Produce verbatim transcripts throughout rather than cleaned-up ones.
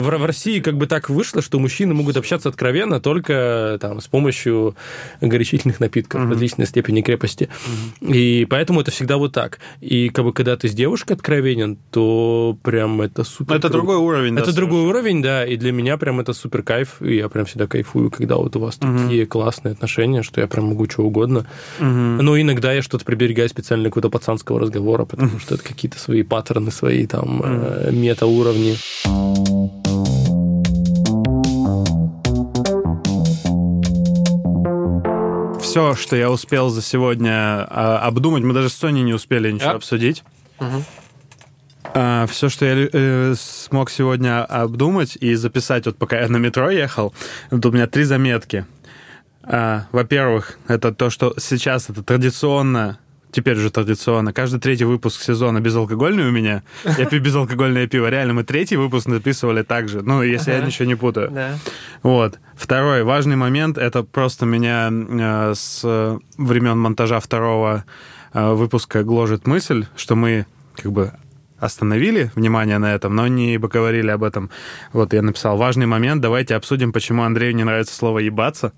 В, в России как бы так вышло, что мужчины могут общаться откровенно только там, с помощью горячительных напитков mm-hmm. различной степени крепости. Mm-hmm. И поэтому это всегда вот так. И как бы когда ты с девушкой откровенен, то прям это супер. Это другой уровень. Это да, другой совершенно. уровень, да. И для меня прям это супер кайф. И я прям всегда кайфую, когда вот у вас mm-hmm. такие классные отношения, что я прям могу что угодно. Mm-hmm. Но иногда я что-то приберегаю специально какого-то пацанского разговора, потому mm-hmm. что это какие-то свои паттерны, свои там mm-hmm. мета-уровни. Все, что я успел за сегодня а, обдумать, мы даже с Соней не успели ничего а? обсудить. Угу. А, все, что я э, смог сегодня обдумать и записать, вот пока я на метро ехал, тут у меня три заметки. А, во-первых, это то, что сейчас это традиционно, теперь уже традиционно, каждый третий выпуск сезона безалкогольный у меня. Я пью безалкогольное пиво. Реально, мы третий выпуск записывали так же. Ну, если ага. я ничего не путаю. Да. Вот. Второй важный момент, это просто меня э, с времен монтажа второго э, выпуска гложет мысль, что мы как бы остановили внимание на этом, но не поговорили об этом. Вот я написал важный момент, давайте обсудим, почему Андрею не нравится слово «ебаться».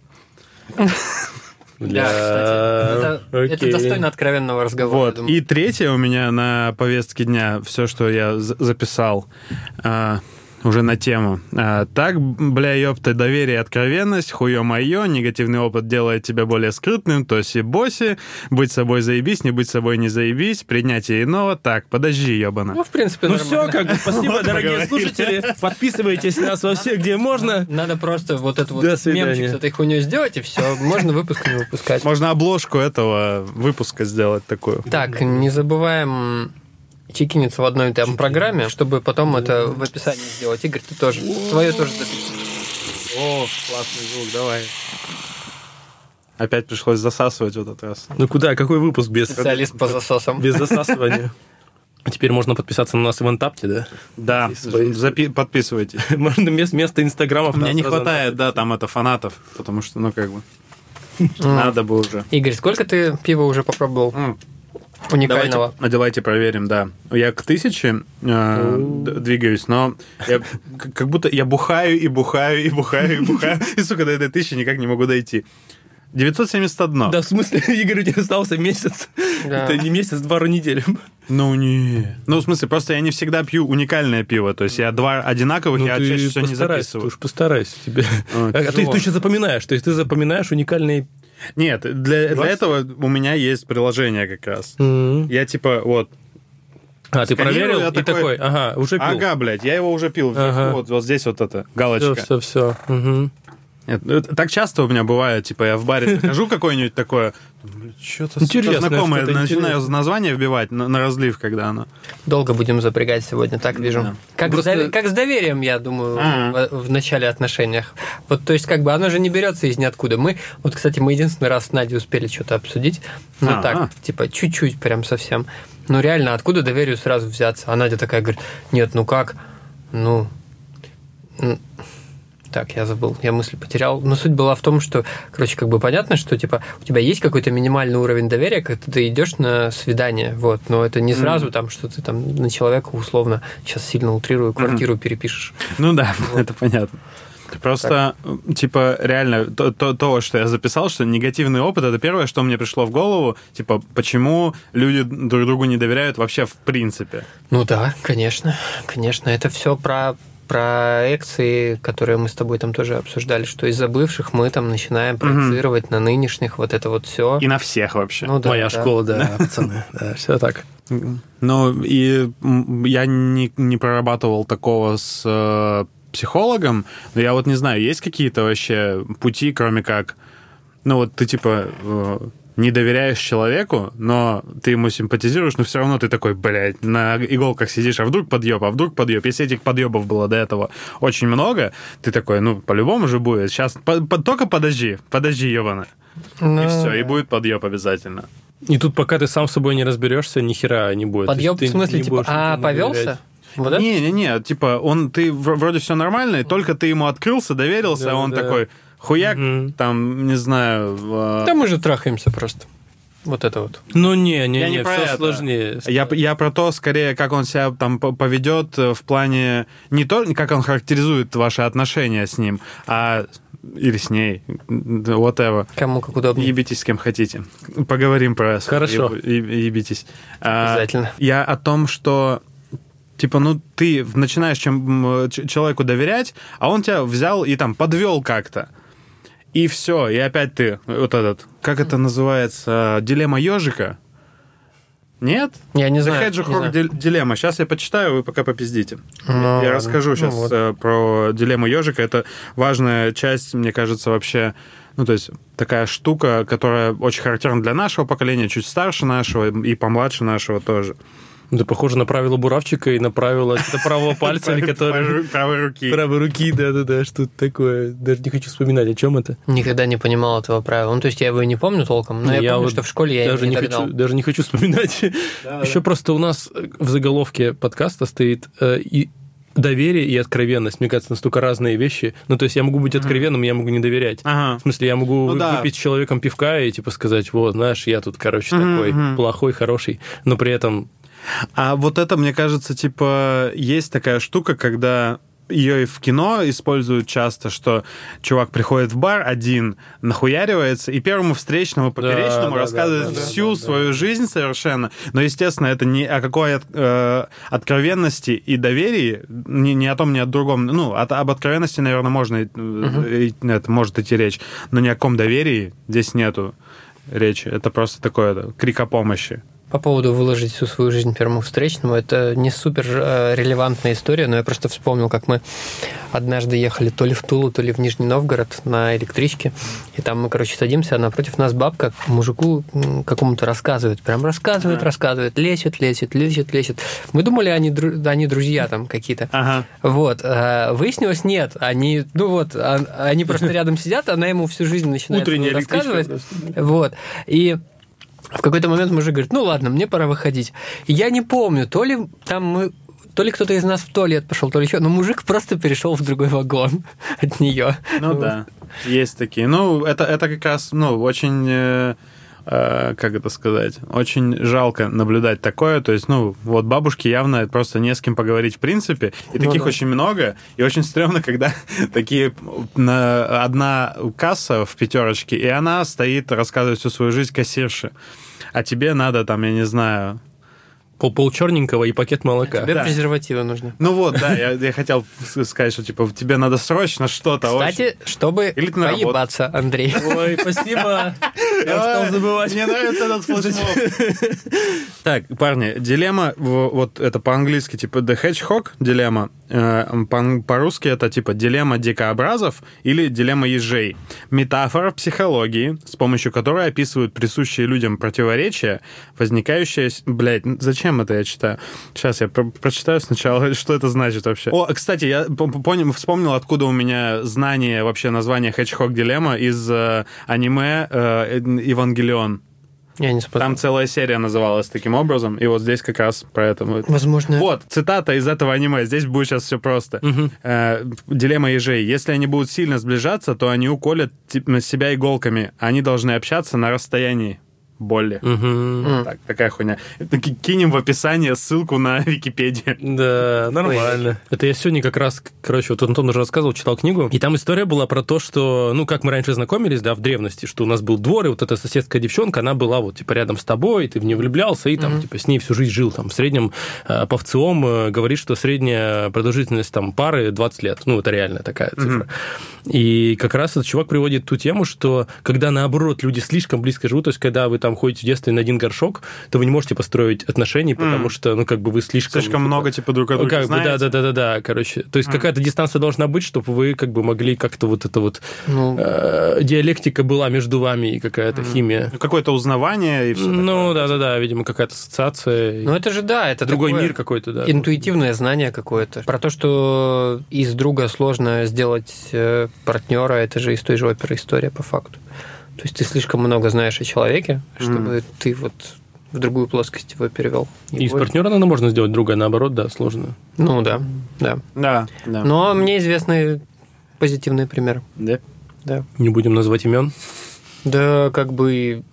Да, кстати, это, это достойно откровенного разговора. Вот. И третье у меня на повестке дня, все, что я записал а, уже на тему. А, так, бля, ёпта, доверие и откровенность, хуё-моё, негативный опыт делает тебя более скрытным, тоси-боси, быть собой заебись, не быть собой не заебись, принятие иного. Так, подожди, ёбана. Ну, в принципе, ну нормально. все, как бы, спасибо, дорогие слушатели. Подписывайтесь на нас во всех, где можно. Надо просто вот этот вот мемчик с этой хуйней сделать, и все, можно выпуск не выпускать. Можно обложку этого выпуска сделать такую. Так, не забываем чекиниться в одной там программе, чтобы потом это в описании сделать. Игорь, ты тоже. Твое тоже запиши. О, классный звук, давай. Опять пришлось засасывать в этот раз. Ну куда? Какой выпуск без... Специалист по засосам. Без засасывания. Теперь можно подписаться на нас в Ивентапте, да? Да, запи- подписывайтесь. Можно вместо инстаграмов... Мне не хватает, да, там это фанатов, потому что, ну, как бы, надо бы уже. Игорь, сколько ты пива уже попробовал? Уникального. Давайте, давайте проверим, да. Я к тысяче э, двигаюсь, но я, как будто я бухаю и бухаю и бухаю и бухаю, и, сука, до этой тысячи никак не могу дойти. девятьсот семьдесят один. Да, в смысле, Игорь, у тебя остался месяц. Да. Это не месяц, пару недель. Ну, не. Ну, в смысле, просто я не всегда пью уникальное пиво. То есть я два одинаковых, ну, я чаще всего не записываю. Ты уж постарайся тебе. А, а ты, ты еще запоминаешь. То есть ты запоминаешь уникальные... Нет, для, для этого у меня есть приложение как раз. Mm-hmm. Я типа, вот... А, ты проверил и такой, такой, ага, уже пил. Ага, блядь, я его уже пил. Ага. Вот, вот здесь вот это, галочка. Все, все, все. Угу. Это, так часто у меня бывает, типа, я в баре захожу какое-нибудь такое, что-то знакомое, что-то начинаю название вбивать на, на разлив, когда оно... Долго будем запрягать сегодня, так вижу. Да. Как, Просто... с дови- как с доверием, я думаю, в, в начале отношениях. Вот, то есть, как бы, оно же не берется из ниоткуда. Мы, вот, кстати, мы единственный раз с Надей успели что-то обсудить, ну А-а-а. так, типа, чуть-чуть прям совсем. Ну, реально, откуда доверию сразу взяться? А Надя такая говорит, нет, ну как, ну... Так, я забыл, я мысль потерял. Но суть была в том, что, короче, как бы понятно, что типа у тебя есть какой-то минимальный уровень доверия, когда ты идешь на свидание, вот, но это не сразу mm-hmm. там, что ты там на человека условно, сейчас сильно утрирую, квартиру mm-hmm. перепишешь. Ну да, вот. Это понятно. Просто, так. типа, реально, то, то, то, что я записал, что негативный опыт, это первое, что мне пришло в голову, типа, почему люди друг другу не доверяют вообще в принципе. Ну да, конечно, конечно, это все про... проекции, которые мы с тобой там тоже обсуждали, что из-за бывших мы там начинаем проецировать mm-hmm. на нынешних вот это вот все. И на всех вообще. Ну, да, Моя да. школа, да, пацаны. Да, все так. Ну, и я не, не прорабатывал такого с э, психологом, но я вот не знаю, есть какие-то вообще пути, кроме как, ну, вот ты типа... Э, не доверяешь человеку, но ты ему симпатизируешь, но все равно ты такой, блядь, на иголках сидишь, а вдруг подъеб, а вдруг подъеб. Если этих подъебов было до этого очень много, ты такой, ну, по-любому же будет. Сейчас по- по- только подожди, подожди, ебаная. Но... И все, и будет подъеб обязательно. И тут пока ты сам с собой не разберешься, ни хера не будет. Подъеб в смысле, типа, а, повелся? Вот Не-не-не, типа, он, ты вроде все нормально, и только ты ему открылся, доверился, да, а он да. такой... Хуяк, угу. там, не знаю... Да мы же трахаемся просто. Вот это вот. Ну, не, не, я не, не про все это. сложнее. Я, я про то, скорее, как он себя там поведет в плане... Не то, как он характеризует ваши отношения с ним, а... Или с ней. Whatever. Кому как удобнее. Ебитесь с кем хотите. Поговорим про... Хорошо. Ебитесь. Обязательно. А, я о том, что... Типа, ну, ты начинаешь чем человеку доверять, а он тебя взял и там подвел как-то. И все, и опять ты вот этот, как это называется, дилемма ежика? Нет? Я не знаю. The Hedgehog дилемма. Сейчас я почитаю, вы пока попиздите. Ну, я расскажу сейчас ну, вот. про дилемму ежика. Это важная часть, мне кажется, вообще... Ну, то есть такая штука, которая очень характерна для нашего поколения, чуть старше нашего и помладше нашего тоже. Да, похоже на правило буравчика и на правило правого пальца, который... Правой руки. Правой руки, да-да-да, что-то такое. Даже не хочу вспоминать, о чем это. Никогда не понимал этого правила. Ну, то есть я его и не помню толком, но я, я помню, вот что в школе я его не догнал. Даже не хочу вспоминать. Да, Еще да. Просто у нас в заголовке подкаста стоит э, и доверие и откровенность. Мне кажется, настолько разные вещи. Ну, то есть я могу быть откровенным, я могу не доверять. Ага. В смысле, я могу ну, да. выпить с человеком пивка и типа сказать, вот, знаешь, я тут, короче, угу, такой угу. плохой, хороший, но при этом... А вот это, мне кажется, типа, есть такая штука, когда ее и в кино используют часто, что чувак приходит в бар один, нахуяривается, и первому встречному поперечному да, рассказывает да, да, всю да, да, свою да. жизнь совершенно. Но, естественно, это не о какой э, откровенности и доверии, ни, ни о том, ни о другом. Ну, от, об откровенности, наверное, можно, uh-huh. это может идти речь, но ни о каком доверии здесь нету речи. Это просто такое да, крик о помощи. По поводу выложить всю свою жизнь первому встречному, это не супер релевантная история, но я просто вспомнил, как мы однажды ехали то ли в Тулу, то ли в Нижний Новгород на электричке, и там мы, короче, садимся, а напротив нас бабка мужику какому-то рассказывает, прям рассказывает, ага. рассказывает, лечит, лечит, лечит, лечит. Мы думали, они, они друзья там какие-то. Ага. Вот. Выяснилось, нет. Они, ну вот, они просто рядом сидят, она ему всю жизнь начинает рассказывать. Вот. И в какой-то момент мужик говорит, ну ладно, мне пора выходить. И я не помню, то ли там мы, то ли кто-то из нас в туалет пошел, то ли еще, но мужик просто перешел в другой вагон от нее. Ну вот. Да, есть такие. Ну, это, это как раз, ну, очень, э, э, как это сказать, очень жалко наблюдать такое. То есть, ну, вот бабушке явно просто не с кем поговорить в принципе. И ну, таких да. очень много. И очень стрёмно, когда такие на, одна касса в пятерочке, и она стоит, рассказывает всю свою жизнь кассирше. А тебе надо, там, я не знаю... Пол, пол черненького и пакет молока. А тебе да. презервативы нужны. Ну вот, да, я, я хотел сказать, что, типа, тебе надо срочно что-то. Кстати, очень... чтобы Или поебаться, Андрей. Ой, спасибо. Я устал забывать. Мне нравится этот флешмоб. Так, парни, дилемма, вот это по-английски, типа, The Hedgehog дилемма, по-русски это, типа, дилемма дикообразов или дилемма ежей. Метафора в психологии, с помощью которой описывают присущие людям противоречия, возникающие... Блядь, зачем это я читаю? Сейчас я про- прочитаю сначала, что это значит вообще. О, кстати, я понял, вспомнил, откуда у меня знание вообще названия Hedgehog дилемма из э, аниме э, «Евангелион». Я не смотрел. Там целая серия называлась таким образом, и вот здесь как раз про это. Возможно. Вот, цитата из этого аниме. Здесь будет сейчас все просто. Угу. Э, дилемма ежей. Если они будут сильно сближаться, то они уколят себя иголками. Они должны общаться на расстоянии. Боли. Угу. Так, такая хуйня. Кинем в описание ссылку на Википедию. Да, нормально. Ой. Это я сегодня как раз, короче, вот Антон уже рассказывал, читал книгу, и там история была про то, что, ну, как мы раньше знакомились, да, в древности, что у нас был двор, и вот эта соседская девчонка, она была вот, типа, рядом с тобой, ты в нее влюблялся, и там, угу. типа, с ней всю жизнь жил. Там, в среднем э, по ВЦИОМ э, говорит, что средняя продолжительность там пары двадцать лет. Ну, это реально такая цифра. Угу. И как раз этот чувак приводит ту тему, что когда, наоборот, люди слишком близко живут, то есть, когда вы там ходите в детстве на один горшок, то вы не можете построить отношения, потому mm. что, ну, как бы вы слишком... Слишком типа, много, типа, друг от друга как знаете. Да-да-да-да, короче. То есть mm. какая-то дистанция должна быть, чтобы вы, как бы, могли как-то вот это вот... Mm. Э, диалектика была между вами и какая-то mm. химия. Какое-то узнавание и все Ну, да-да-да, видимо, какая-то ассоциация. Ну, это же, да, это другой мир какой-то, да. Интуитивное знание какое-то. Про то, что из друга сложно сделать партнера, это же из той же оперы история, по факту. То есть ты слишком много знаешь о человеке, чтобы mm. ты вот в другую плоскость его перевел. И из партнера, наверное, можно сделать друга, наоборот, да, сложно. Ну да, да. Да, да. Но мне известны позитивные примеры. Да? Да. Не будем называть имен? Да, как бы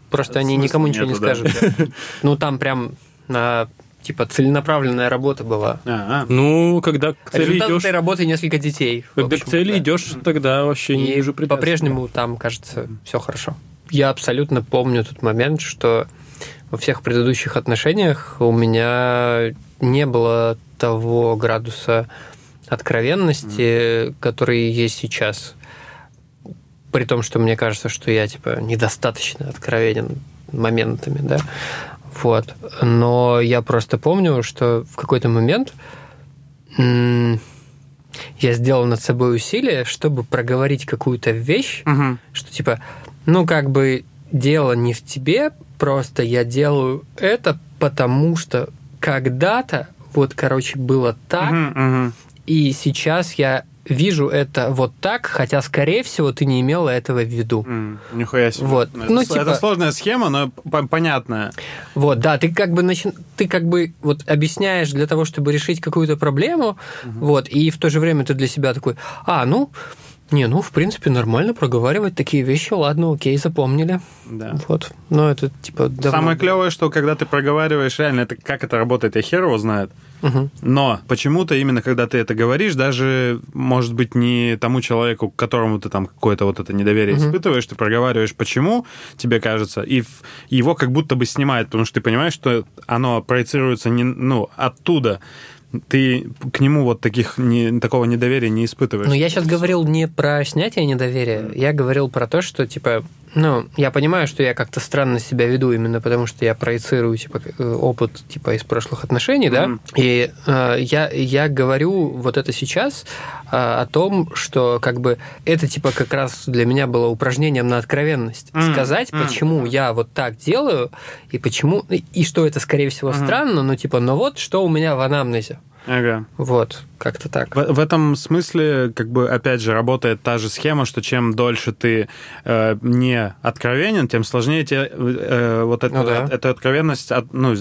просто они никому ничего не скажут. Ну, там прям на... Типа целенаправленная работа была. А-а. Ну, когда к цели результат идешь... этой работы несколько детей. Когда к цели идешь, тогда вообще не вижу препятствий. По-прежнему там, кажется, все хорошо. Я абсолютно помню тот момент, что во всех предыдущих отношениях у меня не было того градуса откровенности, mm. который есть сейчас. При том, что мне кажется, что я типа недостаточно откровенен моментами, да. Вот. Но я просто помню, что в какой-то момент м- я сделал над собой усилие, чтобы проговорить какую-то вещь, угу. что типа, ну, как бы дело не в тебе, просто я делаю это, потому что когда-то, вот, короче, было так, угу, угу. и сейчас я вижу это вот так, хотя, скорее всего, ты не имела этого в виду. Mm, нихуя себе. Вот. Это, ну, это типа... сложная схема, но понятная. Вот, да, ты как бы, начи... ты как бы вот объясняешь для того, чтобы решить какую-то проблему, mm-hmm. вот, и в то же время ты для себя такой, а, ну, не, ну, в принципе, нормально проговаривать такие вещи, ладно, окей, запомнили. Да. Вот, но это, типа, давно... Самое клевое, что когда ты проговариваешь, реально, это, как это работает, я хер его знает. Угу. Но почему-то именно когда ты это говоришь, даже, может быть, не тому человеку, к которому ты там какое-то вот это недоверие угу. испытываешь, ты проговариваешь, почему тебе кажется, и его как будто бы снимает, потому что ты понимаешь, что оно проецируется не, ну, оттуда. Ты к нему вот таких не, такого недоверия не испытываешь. Ну, я сейчас говорил не про снятие недоверия, я говорил про то, что, типа, ну, я понимаю, что я как-то странно себя веду именно потому, что я проецирую, типа, опыт, типа, из прошлых отношений, да, mm-hmm. и э, я, я говорю вот это сейчас э, о том, что, как бы, это, типа, как раз для меня было упражнением на откровенность. Mm-hmm. Сказать, mm-hmm. почему я вот так делаю, и почему, и что это, скорее всего, mm-hmm. странно, но, типа, но вот что у меня в анамнезе. Ага. Вот, как-то так. В, в этом смысле, как бы, опять же, работает та же схема, что чем дольше ты э, не откровенен, тем сложнее тебе э, вот это, ну, да. эту откровенность, от, ну,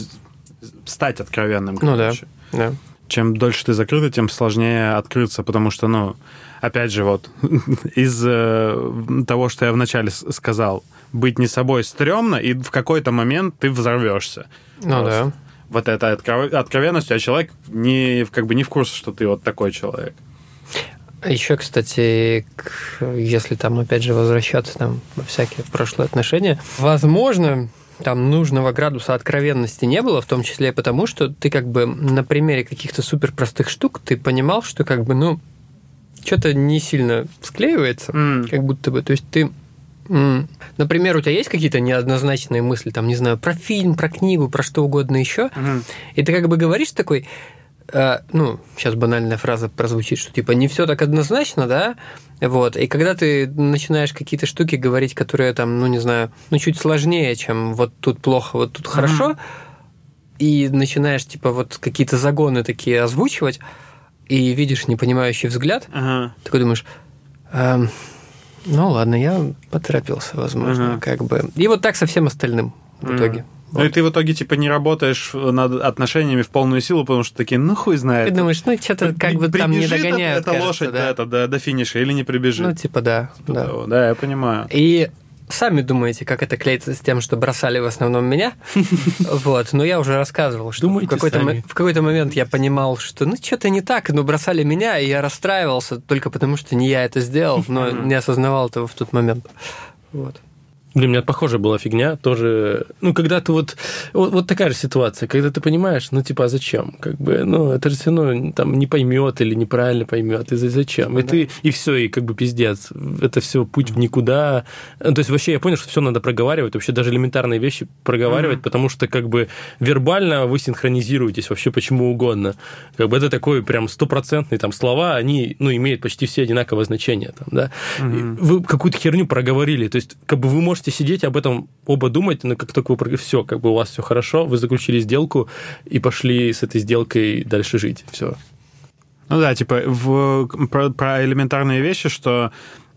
стать откровенным. Короче. Ну да, да. Чем дольше ты закрыт, тем сложнее открыться, потому что, ну, опять же, вот, из э, того, что я вначале сказал, быть не собой стрёмно, и в какой-то момент ты взорвешься. Ну просто. Да. Вот эта откровенность, а человек не, как бы не в курсе, что ты вот такой человек. Еще, кстати, если там, опять же, возвращаться там, во всякие прошлые отношения, возможно, там нужного градуса откровенности не было, в том числе потому, что ты как бы на примере каких-то суперпростых штук ты понимал, что как бы, ну, что-то не сильно склеивается, mm. как будто бы, то есть ты... Например, у тебя есть какие-то неоднозначные мысли, там, не знаю, про фильм, про книгу, про что угодно еще, угу. и ты как бы говоришь такой, э, ну, сейчас банальная фраза прозвучит, что типа не все так однозначно, да, вот, и когда ты начинаешь какие-то штуки говорить, которые там, ну, не знаю, ну, чуть сложнее, чем вот тут плохо, вот тут угу. хорошо, и начинаешь, типа, вот какие-то загоны такие озвучивать, и видишь непонимающий взгляд, угу. такой думаешь... Эм, ну ладно, я поторопился, возможно, uh-huh. как бы. И вот так со всем остальным в итоге. Uh-huh. Вот. Ну и ты в итоге типа не работаешь над отношениями в полную силу, потому что такие, ну хуй знает. Ты думаешь, ну что-то как бы там не догоняют. Это лошадь да. до, до, до финиша или не прибежит. Ну типа да. Типа да. Того. Да, я понимаю. И сами думаете, как это клеится с тем, что бросали в основном меня. Вот. Но я уже рассказывал, что в какой-то, в какой-то момент я понимал, что ну что-то не так, но бросали меня, и я расстраивался только потому, что не я это сделал, но не осознавал этого в тот момент. Вот. Для меня похожая была фигня, тоже, ну, когда ты вот, вот, вот такая же ситуация, когда ты понимаешь, ну, типа, а зачем, как бы, ну, это же все равно там не поймет или неправильно поймет, и зачем, и да. ты, и все, и как бы пиздец, это все путь в никуда, то есть вообще я понял, что все надо проговаривать, вообще даже элементарные вещи проговаривать, mm-hmm. потому что как бы вербально вы синхронизируетесь вообще почему угодно, как бы это такой прям стопроцентный там слова, они, ну, имеют почти все одинаковое значение, там, да, mm-hmm. вы какую-то херню проговорили, то есть как бы вы можете сидеть об этом оба думать, но как только вы все, как бы у вас все хорошо, вы заключили сделку и пошли с этой сделкой дальше жить, все. Ну да, типа в, про, про элементарные вещи, что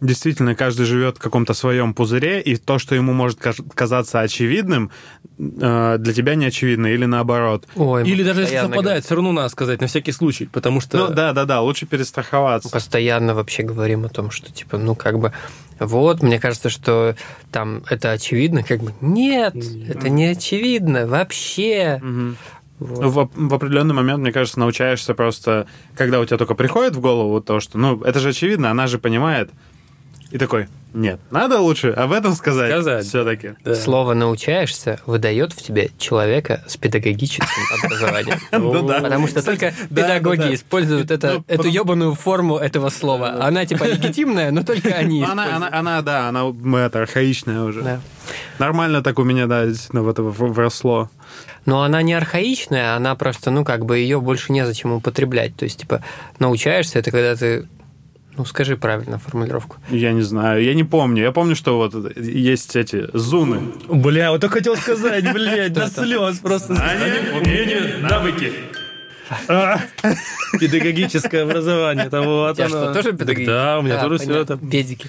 действительно каждый живет в каком-то своем пузыре, и то, что ему может казаться очевидным, для тебя не очевидно, или наоборот. Ой, или даже если совпадает, говорим. Все равно надо сказать на всякий случай, потому что... Ну да, да, да, лучше перестраховаться. Постоянно вообще говорим о том, что типа, ну как бы, вот, мне кажется, что там это очевидно, как бы, нет, mm-hmm. это не очевидно вообще. Mm-hmm. Вот. В, в определенный момент, мне кажется, научаешься просто, когда у тебя только приходит в голову то, что, ну, это же очевидно, она же понимает, и такой, нет, надо лучше об этом сказать, сказать. все-таки. Да. Слово «научаешься» выдает в тебе человека с педагогическим образованием. Потому что только педагоги используют эту ебаную форму этого слова. Она типа легитимная, но только они используют. Она, да, она архаичная уже. Нормально так у меня, да, действительно, в это вросло. Но она не архаичная, она просто, ну, как бы ее больше незачем употреблять. То есть, типа, научаешься, это когда ты... Ну, скажи правильно формулировку. Я не знаю, я не помню. Я помню, что вот есть эти зуны. Бля, вот только хотел сказать, блядь, до слез просто. Знания, умения, навыки. Педагогическое образование. Это вот у тебя что, тоже педагогическое? Да, у меня тоже все это. Педики.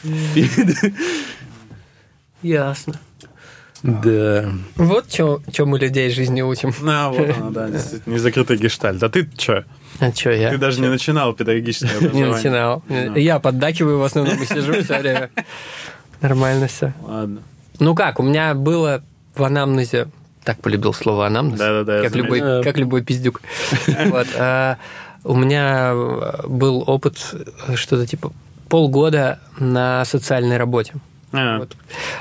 Ясно. Да. Вот что мы людей жизни учим. А, вот оно, да, действительно. Незакрытый гештальт. А ты что? А что я? Ты даже не начинал педагогическое образование. Не начинал. Я поддакиваю в основном и сижу все время. Нормально все. Ладно. Ну как, у меня было в анамнезе... Так полюбил слово анамнез. Да-да-да. Как любой, как любой пиздюк. Вот. У меня был опыт что-то типа полгода на социальной работе. А. Вот.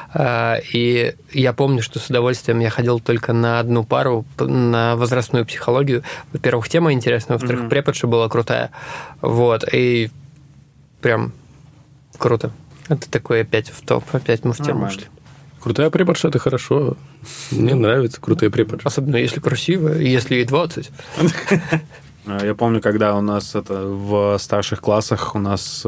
И я помню, что с удовольствием я ходил только на одну пару, на возрастную психологию. Во-первых, тема интересная, во-вторых, mm-hmm. преподша была крутая. Вот. И прям круто. Это такой опять в топ, опять мы в тему ушли. Крутая преподша – это хорошо. Мне нравятся крутые преподши. Особенно если красивая, и если ей двадцать. Я помню, когда у нас это в старших классах у нас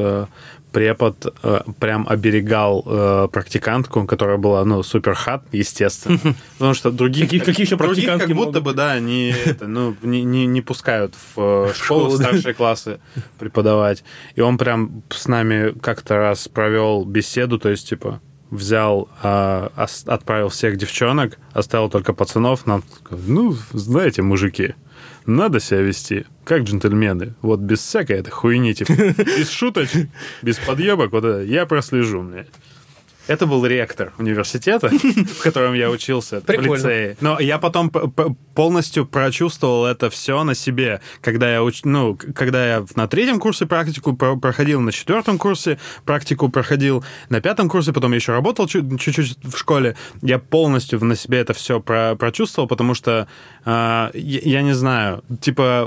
препод э, прям оберегал э, практикантку, которая была, ну, супер хат, естественно. Потому что других... Какие, какие еще других практикантки как будто могут? бы, да, не, это, ну, не, не, не пускают в школу, в старшие классы преподавать. И он прям с нами как-то раз провел беседу, то есть, типа, взял, э, отправил всех девчонок, оставил только пацанов. Нам, ну, знаете, мужики, надо себя вести как джентльмены. Вот без всякой этой хуйни, типа, без шуточек, без подъебок. Вот это я прослежу, мне. Это был ректор университета, в котором я учился, Прикольно. в лицее. Но я потом полностью прочувствовал это все на себе, когда я, уч... ну, когда я на третьем курсе практику проходил, на четвертом курсе практику проходил, на пятом курсе, потом я еще работал чуть-чуть в школе. Я полностью на себе это все про... прочувствовал, потому что, э, я, я не знаю, типа,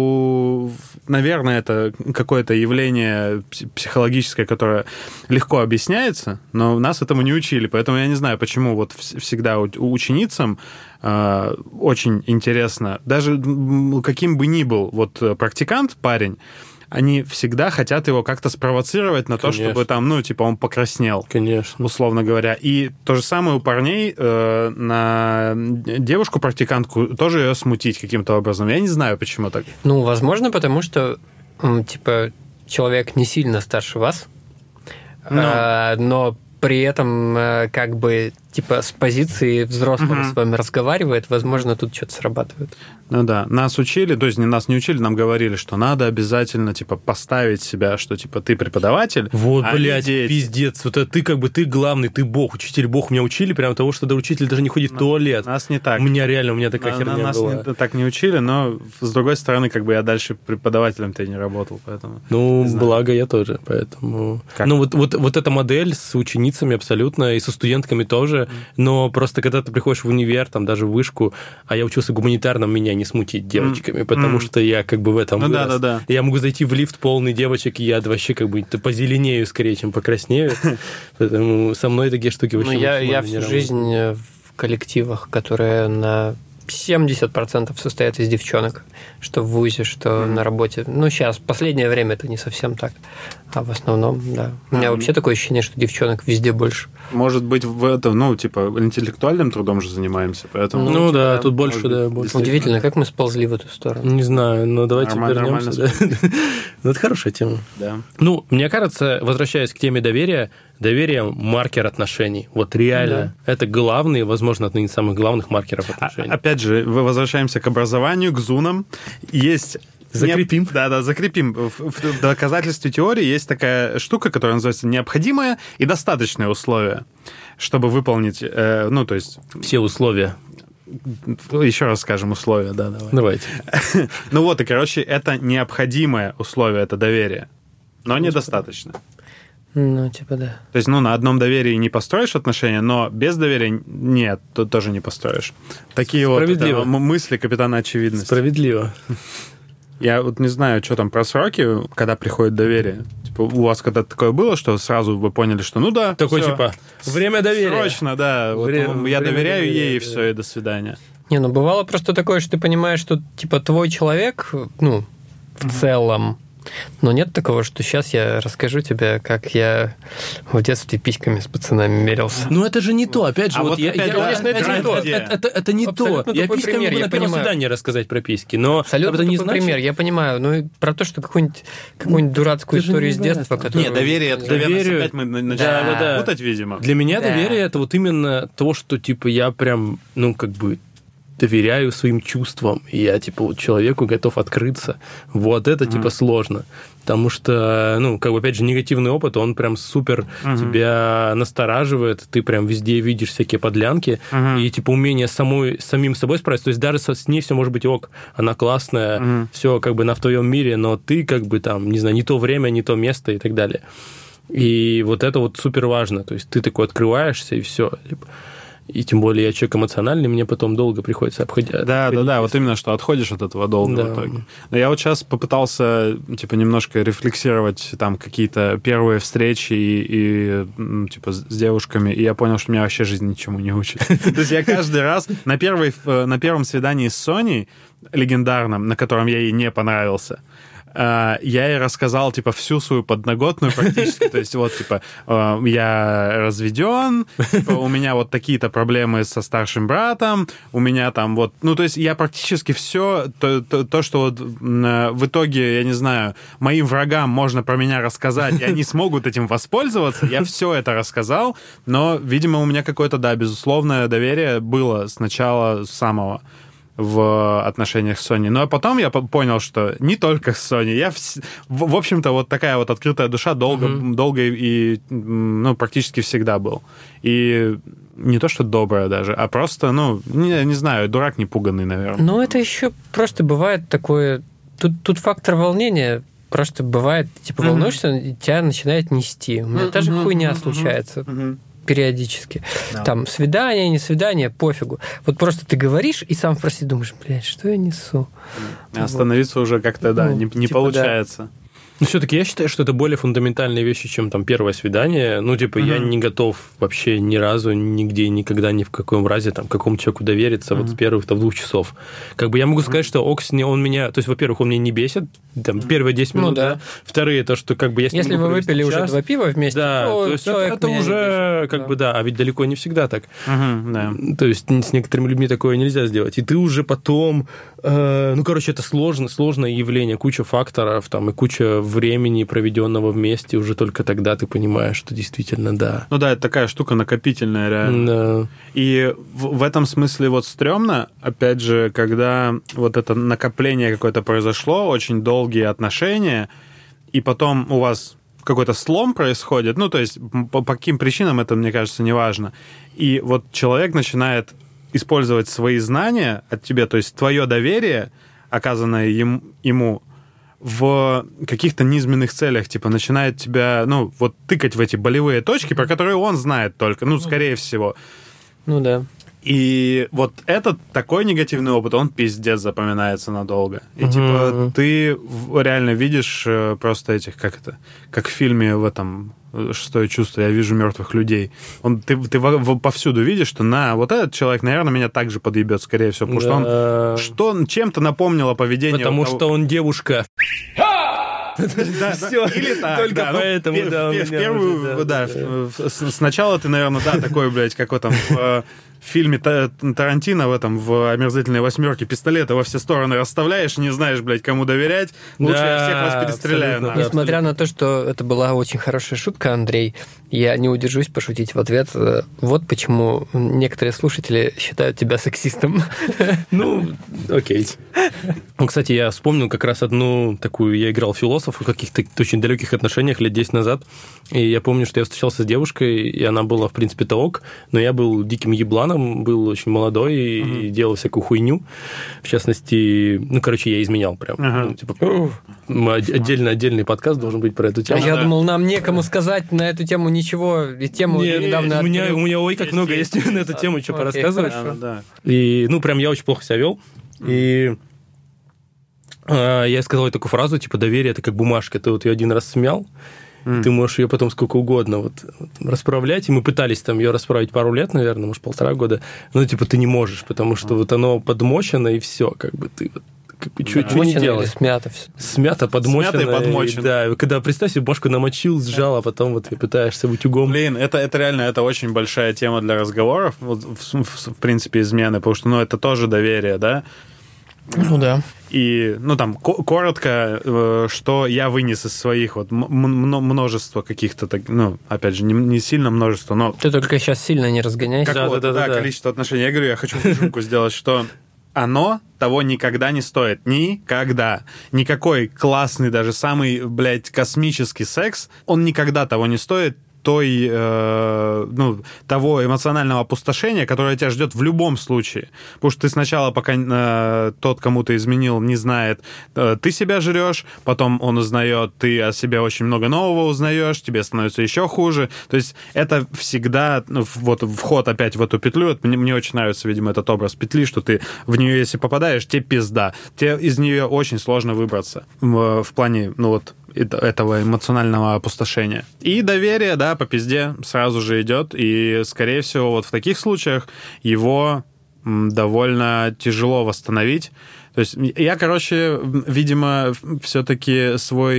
у... наверное, это какое-то явление психологическое, которое легко объясняется, но нас этому не учили, поэтому я не знаю, почему вот всегда ученицам э, очень интересно, даже каким бы ни был вот практикант, парень, они всегда хотят его как-то спровоцировать на Конечно. то, чтобы там, ну, типа, он покраснел. Конечно. Условно говоря. И то же самое у парней э, на девушку-практикантку тоже ее смутить каким-то образом. Я не знаю, почему так. Ну, возможно, потому что, типа, человек не сильно старше вас, но, а, но при этом как бы типа с позиции взрослого uh-huh. с вами разговаривает, возможно, тут что-то срабатывает. Ну да, нас учили, то есть не нас не учили, нам говорили, что надо обязательно типа поставить себя, что типа ты преподаватель. Вот, а блядь, пиздец. Вот это ты как бы ты главный, ты бог, учитель бог. Меня учили прямо того, что даже учитель даже не ходит в туалет. Нас не так. У меня реально, у меня такая на, херня нас была. Нас не, так не учили, но с другой стороны, как бы я дальше преподавателем-то и не работал, поэтому... Ну, благо я тоже, поэтому... Как? Ну, вот, вот, вот эта модель с ученицами абсолютно, и со студентками тоже, но просто когда ты приходишь в универ, там даже в вышку, а я учился гуманитарном, меня не смутить девочками, потому mm. что я как бы в этом ну, вырос. Да, да, да. Я могу зайти в лифт полный девочек, и я вообще как бы позеленею скорее, чем покраснею. Поэтому со мной такие штуки вообще ну, я, я всю жизнь в коллективах, которые на семьдесят процентов состоят из девчонок, что в вузе, что mm-hmm. на работе. Ну, сейчас, в последнее время это не совсем так. А в основном, да. У меня mm-hmm. вообще такое ощущение, что девчонок везде больше. Может быть, в этом, ну, типа, интеллектуальным трудом же занимаемся, поэтому... Ну, ну да, да, тут больше, да, больше. Удивительно, как мы сползли в эту сторону. Не знаю, но давайте нормально, вернемся. Да. Ну, это хорошая тема. Да. Ну, мне кажется, возвращаясь к теме доверия, доверие – маркер отношений. Вот реально. Да. Это главный, возможно, один из самых главных маркеров отношений. А, опять же, мы возвращаемся к образованию, к зунам. Есть... Закрепим. Да, да, закрепим. В доказательстве теории есть такая штука, которая называется необходимое и достаточное условие, чтобы выполнить, э, ну, то есть... Все условия. Еще раз скажем условия, да, давай. Давайте. Ну вот, и, короче, это необходимое условие, это доверие, но недостаточно. Ну, типа, да. То есть, ну, на одном доверии не построишь отношения, но без доверия нет, тут тоже не построишь. Такие вот это, мысли капитана очевидности. Справедливо. Я вот не знаю, что там про сроки, когда приходит доверие. Типа, у вас когда-то такое было, что сразу вы поняли, что ну да, такой всё, типа время доверия. Срочно, да. Время, вот, я время доверяю доверия, ей, и да. все, и до свидания. Не, ну бывало просто такое, что ты понимаешь, что типа твой человек, ну, в mm-hmm. целом. Но нет такого, что сейчас я расскажу тебе, как я в детстве письками с пацанами мерился. Ну, это же не то. Опять же, а вот, вот я, опять, я, да, конечно, это не то. Это, это, это не абсолютно то. Я письками пример, могу я на первом понимаю. свидании рассказать про письки, но абсолютно это не такой значит... пример, я понимаю. Ну, и про то, что какую-нибудь, какую-нибудь дурацкую историю из детства, которую... Нет, доверие, это, наверное, опять мы начинаем да, да. путать, видимо. Для меня да. доверие – это вот именно то, что, типа, я прям, ну, как бы... доверяю своим чувствам, и я, типа, вот человеку готов открыться. Вот это, mm-hmm. типа, сложно. Потому что, ну, как бы, опять же, негативный опыт, он прям супер mm-hmm. тебя настораживает, ты прям везде видишь всякие подлянки, mm-hmm. и, типа, умение самой, самим собой справиться. То есть даже с ней все может быть ок, она классная, mm-hmm. все как бы на в твоем мире, но ты, как бы, там, не знаю, не то время, не то место и так далее. И вот это вот супер важно. То есть ты такой открываешься, и все, типа... И тем более я человек эмоциональный, мне потом долго приходится обходить. Да, обходить. да, да, вот именно, что отходишь от этого долго да. в итоге. Но я вот сейчас попытался, типа, немножко рефлексировать там какие-то первые встречи и, и типа, с девушками, и я понял, что меня вообще жизнь ничему не учит. То есть я каждый раз на первом свидании с Соней, легендарном, на котором я ей не понравился, я ей рассказал, типа, всю свою подноготную практически. То есть, вот, типа, я разведен, типа, у меня вот такие-то проблемы со старшим братом, у меня там вот... Ну, то есть, я практически все, то, то, то, что вот в итоге, я не знаю, моим врагам можно про меня рассказать, и они смогут этим воспользоваться, я все это рассказал, но, видимо, у меня какое-то, да, безусловное доверие было сначала с самого... в отношениях с Соней. Ну, а потом я понял, что не только с Соней. Я, в, в общем-то, вот такая вот открытая душа долго, mm-hmm. долго и, ну, практически всегда был. И не то, что добрая даже, а просто, ну, не, не знаю, дурак непуганный, наверное. Ну, это еще просто бывает такое... Тут, тут фактор волнения просто бывает, типа, волнуешься, mm-hmm. и тебя начинает нести. У меня mm-hmm. та же хуйня mm-hmm. случается. Mm-hmm. периодически. Да. Там свидание, не свидание, пофигу. Вот просто ты говоришь и сам в себе думаешь, блядь, что я несу? Остановиться вот. уже как-то, да, ну, не, не типа, получается. Да. Но все-таки я считаю, что это более фундаментальные вещи, чем там первое свидание. Ну, типа, mm-hmm. я не готов вообще ни разу, нигде, никогда, ни в каком разе там какому человеку довериться mm-hmm. вот с первых там, двух часов. Как бы я могу mm-hmm. сказать, что Окс, он меня... То есть, во-первых, он меня не бесит, там, первые десять минут, ну, да. да. Вторые, то, что как бы... Я Если вы выпили час, уже два пива вместе, да, то, то есть это, это уже как да. бы, да, а ведь далеко не всегда так. Mm-hmm, да. То есть с некоторыми людьми такое нельзя сделать. И ты уже потом... Э, ну, короче, это сложно, сложное явление, куча факторов, там, и куча времени проведенного вместе, уже только тогда ты понимаешь, что действительно да. Ну да, это такая штука накопительная, реально. Да. И в, в этом смысле вот стрёмно, опять же, когда вот это накопление какое-то произошло, очень долгие отношения, и потом у вас какой-то слом происходит, ну, то есть по, по каким причинам это, мне кажется, не важно. И вот человек начинает использовать свои знания от тебя, то есть твое доверие, оказанное ему, ему в каких-то низменных целях, типа, начинает тебя, ну, вот тыкать в эти болевые точки, про которые он знает только, ну, скорее всего. Ну, да. И вот этот такой негативный опыт, он пиздец запоминается надолго. И, mm-hmm. типа, ты реально видишь просто этих, как это, как в фильме в этом шестое чувство, я вижу мертвых людей. Он, ты ты повсюду видишь, что на, вот этот человек, наверное, меня также подъебет, скорее всего, потому да. что он что, чем-то напомнило поведение... Потому что он девушка. Да, все, или так, только да, поэтому, ну, да, в, в, в первую, уже, да, да, в, в, сначала ты, наверное, да, такой, блядь, как вот там в фильме Тарантино в этом, в «Омерзительной восьмерке», пистолеты во все стороны расставляешь, не знаешь, блядь, кому доверять, лучше да, я всех вас перестреляю. Да, несмотря абсолютно. На то, что это была очень хорошая шутка, Андрей, я не удержусь пошутить в ответ. Вот почему некоторые слушатели считают тебя сексистом. Ну, окей. Ну, кстати, я вспомнил как раз одну такую, я играл философа в каких-то очень далеких отношениях лет десять назад, и я помню, что я встречался с девушкой, и она была, в принципе, таок, но я был диким ебланом, был очень молодой и uh-huh. делал всякую хуйню. В частности, ну, короче, я изменял прям. Uh-huh. Ну, типа, отдельно, отдельный подкаст должен быть про эту тему. А я думал, нам некому сказать на эту тему ничего, и тему не, недавно у меня, у меня, ой, как есть, много есть, есть на эту тему, что okay, порассказывать. Да. И, ну, прям я очень плохо себя вел. И а, я сказал ей такую фразу, типа, доверие – это как бумажка, ты вот ее один раз смял, Mm. Ты можешь ее потом сколько угодно вот, вот, расправлять. И мы пытались там ее расправить пару лет, наверное, может, полтора года. Но типа ты не можешь, потому что mm. вот оно подмочено, и все, как бы ты вот, как бы, что, что не делаешь. Смято все. Смято, подмочено. Смято и подмочено. И, да, когда, представь себе, бумажку намочил, сжал, а потом вот ты пытаешься быть утюгом. Блин, это, это реально, это очень большая тема для разговоров, вот, в, в, в принципе, измены, потому что, ну, это тоже доверие, да? Ну да. И, ну, там, коротко, что я вынес из своих вот множества каких-то, ну, опять же, не, не сильно множество, но... Ты только сейчас сильно не разгоняйся. Да, да, да, да, да, количество отношений. Я говорю, я хочу шутку сделать, что оно того никогда не стоит. Никогда. Никакой классный, даже самый, блядь, космический секс, он никогда того не стоит, той, э, ну, того эмоционального опустошения, которое тебя ждет в любом случае. Потому что ты сначала, пока э, тот, кому ты изменил, не знает, э, ты себя жрешь, потом он узнает, ты о себе очень много нового узнаешь, тебе становится еще хуже. То есть это всегда, ну, вот вход опять в эту петлю. Мне, мне очень нравится, видимо, этот образ петли, что ты в нее, если попадаешь, тебе пизда. Тебе из нее очень сложно выбраться в, в плане, ну вот, этого эмоционального опустошения. И доверие, да, по пизде сразу же идет, и, скорее всего, вот в таких случаях его довольно тяжело восстановить. То есть я, короче, видимо, все-таки свой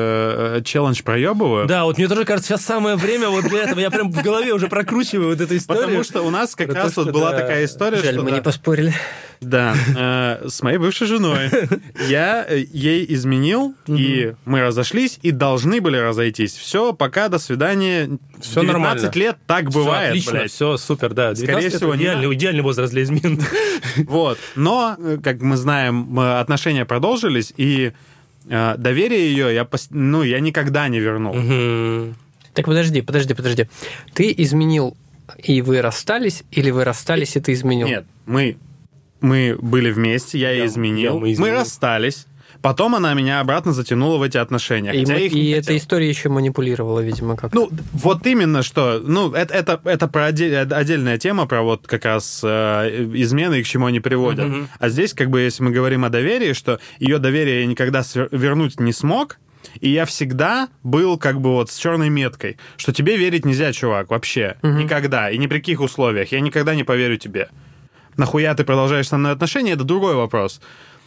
э, челлендж проебываю. Да, вот мне тоже кажется, сейчас самое время вот для этого. Я прям в голове уже прокручиваю вот эту историю. Потому что у нас как раз вот была такая история, Жаль, что... мы не поспорили. Да, э, с моей бывшей женой. Я ей изменил, и мы разошлись, и должны были разойтись. Все, пока, до свидания. Все девятнадцать нормально. Лет так бывает, все, отлично, блядь. Все, супер, да. Скорее всего, идеальный, идеальный возраст для измен. Вот. Но, как мы знаем, отношения продолжились, и э, доверие ее я, ну, я никогда не вернул. Угу. Так подожди, подожди, подожди. Ты изменил, и вы расстались, или вы расстались, и ты изменил? Нет, мы, мы были вместе, я, я ей изменил, я, мы, изменил. мы расстались. Потом она меня обратно затянула в эти отношения. И, мы, и эта история еще манипулировала, видимо, как-то. Ну, вот именно что. Ну, это, это, это про отдель, отдельная тема, про вот как раз э, измены и к чему они приводят. Mm-hmm. А здесь, как бы, если мы говорим о доверии, что ее доверие я никогда вернуть не смог, и я всегда был как бы вот с черной меткой, что тебе верить нельзя, чувак, вообще. Mm-hmm. Никогда. И ни при каких условиях. Я никогда не поверю тебе. Нахуя ты продолжаешь со мной отношения, это другой вопрос.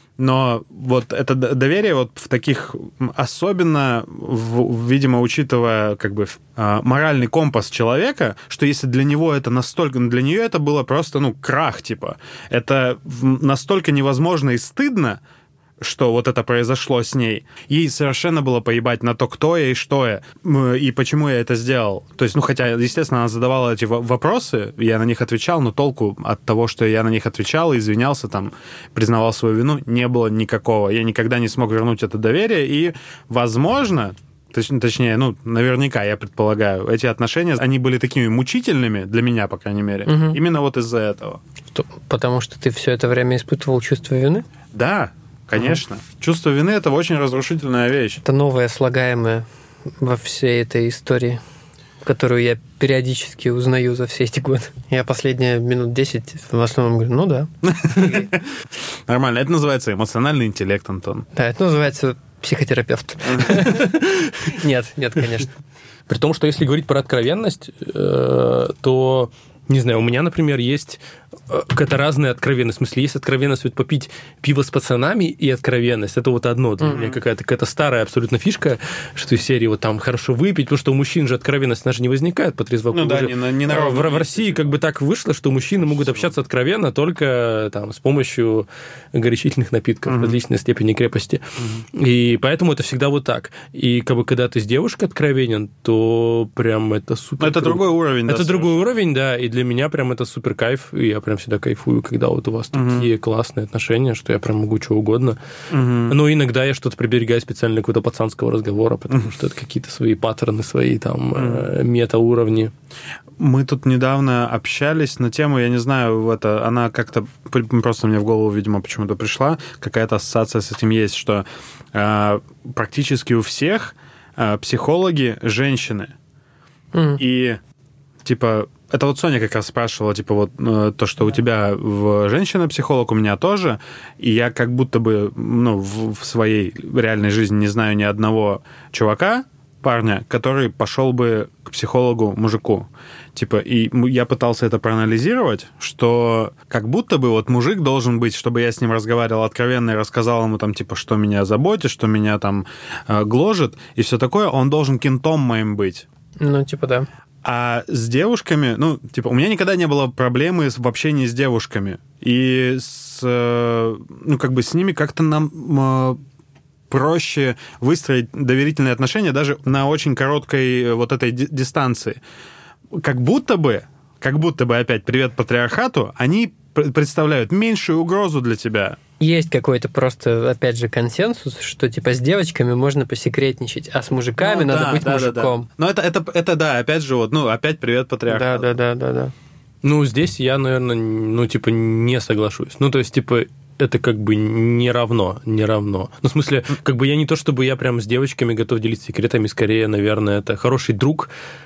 Но вот это доверие вот в таких, особенно, в, видимо, учитывая как бы моральный компас человека, что если для него это настолько, для нее это было просто, ну, крах, типа, это настолько невозможно и стыдно, что вот это произошло с ней. Ей совершенно было поебать на то, кто я и что я, и почему я это сделал. То есть, ну, хотя, естественно, она задавала эти вопросы, я на них отвечал, но толку от того, что я на них отвечал, извинялся, там, признавал свою вину, не было никакого. Я никогда не смог вернуть это доверие, и, возможно, точ, точнее, ну, наверняка, я предполагаю, эти отношения, они были такими мучительными, для меня, по крайней мере, угу. именно вот из-за этого. Потому что ты все это время испытывал чувство вины? Да. Конечно. Mm-hmm. Чувство вины – это очень разрушительная вещь. Это новое слагаемое во всей этой истории, которую я периодически узнаю за все эти годы. Я последние минут десять в основном говорю, ну да. Нормально. Это называется эмоциональный интеллект, Антон. Да, это называется психотерапевт. Нет, нет, конечно. При том, что если говорить про откровенность, то, не знаю, у меня, например, есть какая-то разная откровенность. В смысле, есть откровенность вот попить пиво с пацанами и откровенность. Это вот одно для mm-hmm. меня какая-то, какая-то старая абсолютно фишка, что из серии вот там хорошо выпить, потому что у мужчин же откровенность, она же не возникает по трезваку. Ну да, не, не на в, в России как бы так вышло, что мужчины могут общаться откровенно только там с помощью горячительных напитков mm-hmm. различной степени крепости. Mm-hmm. И поэтому это всегда вот так. И как бы когда ты с девушкой откровенен, то прям это супер. Это другой уровень. Это да, другой уровень, да, и для меня прям это супер кайф, и я прям всегда кайфую, когда вот у вас uh-huh. такие классные отношения, что я прям могу что угодно. Uh-huh. Но иногда я что-то приберегаю специально какого-то пацанского разговора, потому uh-huh. что это какие-то свои паттерны, свои там uh-huh. мета-уровни. Мы тут недавно общались на тему, я не знаю, это, она как-то просто мне в голову, видимо, почему-то пришла, какая-то ассоциация с этим есть, что э, практически у всех э, психологи женщины. Uh-huh. И типа... Это вот Соня как раз спрашивала, типа, вот то, что у тебя женщина-психолог, у меня тоже, и я как будто бы, ну, в, в своей реальной жизни не знаю ни одного чувака, парня, который пошел бы к психологу-мужику. Типа, и я пытался это проанализировать, что как будто бы вот мужик должен быть, чтобы я с ним разговаривал откровенно и рассказал ему там, типа, что меня заботит, что меня там э, гложет, и все такое, он должен кентом моим быть. Ну, типа, да. А с девушками, ну, типа, у меня никогда не было проблемы в общении с девушками. И с, ну, как бы с ними как-то нам проще выстроить доверительные отношения даже на очень короткой вот этой дистанции. Как будто бы, как будто бы, опять, привет патриархату, они представляют меньшую угрозу для тебя. Есть какой-то просто, опять же, консенсус, что типа с девочками можно посекретничать, а с мужиками ну, надо да, быть да, мужиком. Да, да. Но это, это, это, да, опять же, вот, ну, опять привет патриархату. Да, да, да, да, да. Ну, здесь я, наверное, ну, типа, не соглашусь. Ну, то есть, типа, это как бы не равно, не равно. Ну, в смысле, как бы я не то, чтобы я прям с девочками готов делиться секретами, скорее, наверное, это хороший друг,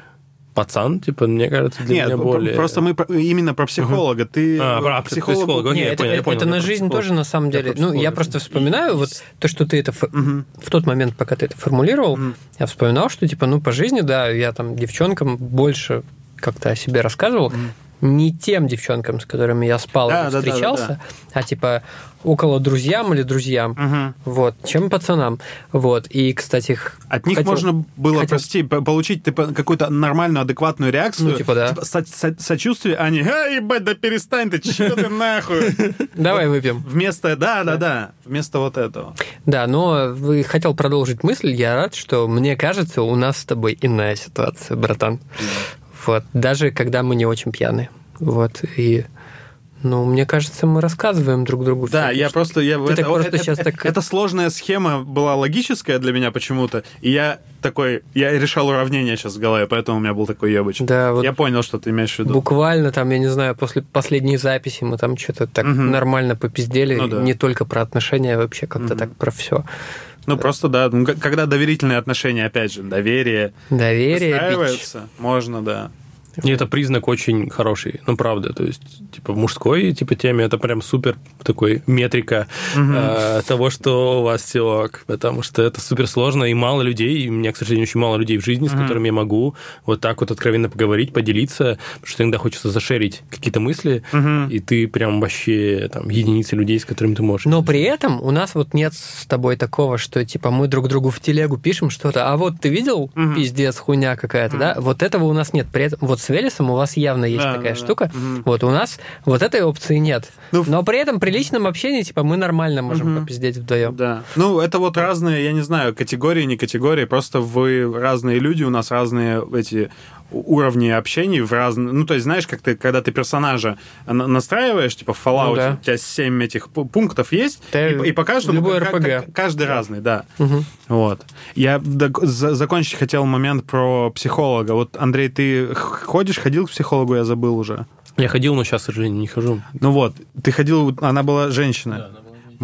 пацан, типа, мне кажется, для Нет, меня более... просто мы именно про психолога. Uh-huh. Ты а, про психолог... психолога. Нет, Нет, я это, понял, я понял, это на жизнь тоже, на самом деле. Ну, я просто вспоминаю вот то, что ты это... Uh-huh. В тот момент, пока ты это формулировал, uh-huh. я вспоминал, что, типа, ну, по жизни, да, я там девчонкам больше как-то о себе рассказывал. Uh-huh. Не тем девчонкам, с которыми я спал да, и встречался, да, да, да. а, типа, около друзьям или друзьям, угу. вот, чем пацанам. Вот, и, кстати... От них хотел, можно было, хотел... прости, получить типа, какую-то нормальную, адекватную реакцию, ну, типа, да. типа, со- со- сочувствие, а не «Эй, ебать, да перестань ты, чё ты нахуй?» Давай выпьем. Вместо, да-да-да, вместо вот этого. Да, но хотел продолжить мысль, я рад, что, мне кажется, у нас с тобой иная ситуация, братан. Вот, даже когда мы не очень пьяные. Вот, и... Ну, мне кажется, мы рассказываем друг другу. Да, я что... просто... Я, это, это, просто это, сейчас это, так... Эта сложная схема была логическая для меня почему-то, и я такой... Я решал уравнение сейчас в голове, поэтому у меня был такой ебыч. Да, вот я понял, что ты имеешь в виду. Буквально там, я не знаю, после последней записи мы там что-то так угу. нормально попиздели, ну, да. не только про отношения, а вообще как-то угу. так про все. Ну, просто, да, когда доверительные отношения, опять же, доверие... Доверие, выстраивается, бич. Можно, да. И это признак очень хороший, ну, правда, то есть, типа, в мужской, типа, теме это прям супер такой метрика угу. э, того, что у вас все ок, потому что это супер сложно, и мало людей, и у меня, к сожалению, очень мало людей в жизни, угу. с которыми я могу вот так вот откровенно поговорить, поделиться, потому что иногда хочется зашерить какие-то мысли, угу. и ты прям вообще, там, единицы людей, с которыми ты можешь. Но при этом у нас вот нет с тобой такого, что, типа, мы друг другу в телегу пишем что-то, а вот ты видел, угу. пиздец, хуйня какая-то, угу. да? Вот этого у нас нет. При этом вот с Велесом у вас явно есть да, такая да, штука. Да. Вот у нас вот этой опции нет. Ну, но при этом при личном общении, типа, мы нормально можем угу. попиздеть вдвоем. Да. Ну, это вот разные, я не знаю, категории, не категории, просто вы разные люди, у нас разные эти уровни общения в разные... Ну, то есть, знаешь, как ты, когда ты персонажа настраиваешь, типа, в Fallout, ну, да. у тебя семь этих пунктов есть, и, и по каждому... Любой как, эр пи джи. Как, каждый разный, да. Угу. Вот. Я закончить хотел момент про психолога. Вот, Андрей, ты ходишь, ходил к психологу, я забыл уже. Я ходил, но сейчас, к сожалению, не хожу. Ну вот, ты ходил, она была женщина. Да, она была женщина.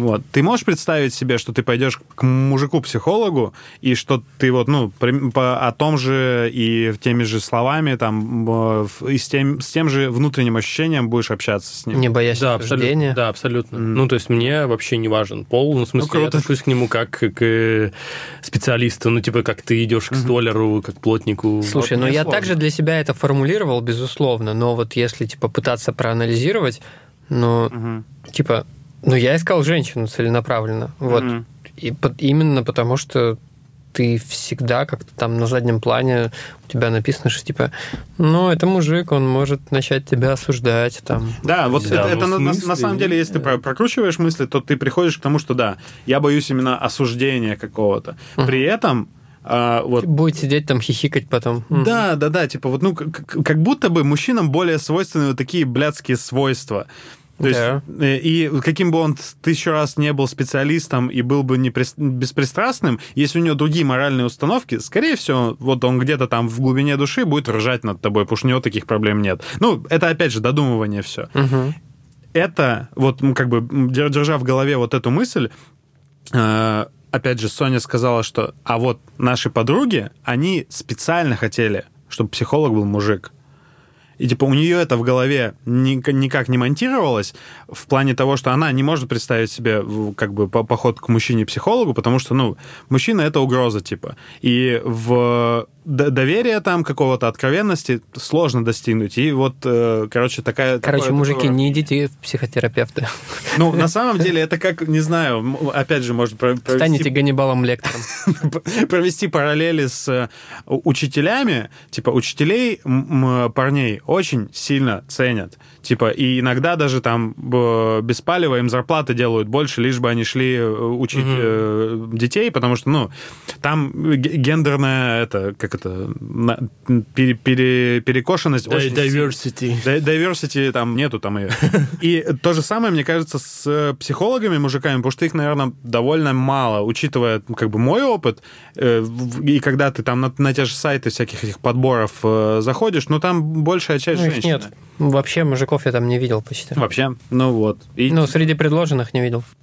Вот. Ты можешь представить себе, что ты пойдешь к мужику-психологу, и что ты вот, ну, по, о том же и теми же словами, там, и с тем, с тем же внутренним ощущением будешь общаться с ним. Не боясь да, осуждения. Абсолютно, да, абсолютно. Mm. Ну, то есть мне вообще не важен пол, ну, в смысле, ну, я отношусь к нему как к специалисту, ну, типа, как ты идешь к столяру, mm-hmm. как к плотнику. Слушай, вот ну, я сложно. также для себя это формулировал, безусловно, но вот если, типа, пытаться проанализировать, ну, mm-hmm. типа... Ну, я искал женщину целенаправленно. Вот. Mm-hmm. И под, именно потому, что ты всегда как-то там на заднем плане у тебя написано, что типа, ну, это мужик, он может начать тебя осуждать. Там. Да, вот да, это, это на, на самом деле, если ты прокручиваешь мысли, то ты приходишь к тому, что да, я боюсь именно осуждения какого-то. Mm-hmm. При этом А, вот. Будет сидеть там, хихикать потом. Да, да, да, типа вот, ну, как, как будто бы мужчинам более свойственны вот такие блядские свойства. То да. есть, и каким бы он тысячу раз не был специалистом и был бы не беспристрастным, если у него другие моральные установки, скорее всего, вот он где-то там в глубине души будет ржать над тобой, потому что у него таких проблем нет. Ну, это, опять же, додумывание все. Угу. Это, вот, как бы, держа в голове вот эту мысль, э, опять же, Соня сказала, что, а вот наши подруги, они специально хотели, чтобы психолог был мужик. И типа у нее это в голове никак не монтировалось в плане того, что она не может представить себе как бы поход к мужчине-психологу, потому что, ну, мужчина — это угроза, типа. И в доверия там, какого-то откровенности сложно достигнуть. И вот, короче, такая... Короче, такое, мужики, такое... не идите в психотерапевты. Ну, на самом деле, это как, не знаю, опять же, может провести... Станете Ганнибалом Лектором. Провести параллели с учителями. Типа, учителей парней очень сильно ценят. Типа, и иногда даже там без палева им зарплаты делают больше, лишь бы они шли учить mm-hmm. детей, потому что, ну, там гендерная, это, как это, пере, пере, перекошенность да, очень... Diversity. Diversity там нету там ее. И то же самое, мне кажется, с психологами, мужиками, потому что их, наверное, довольно мало, учитывая, как бы, мой опыт, и когда ты там на, на те же сайты всяких этих подборов заходишь, ну, там большая часть ну, женщин. Нет, вообще мужиков я там не видел почти. Вообще? Ну, вот. И... Ну, среди предложенных не видел.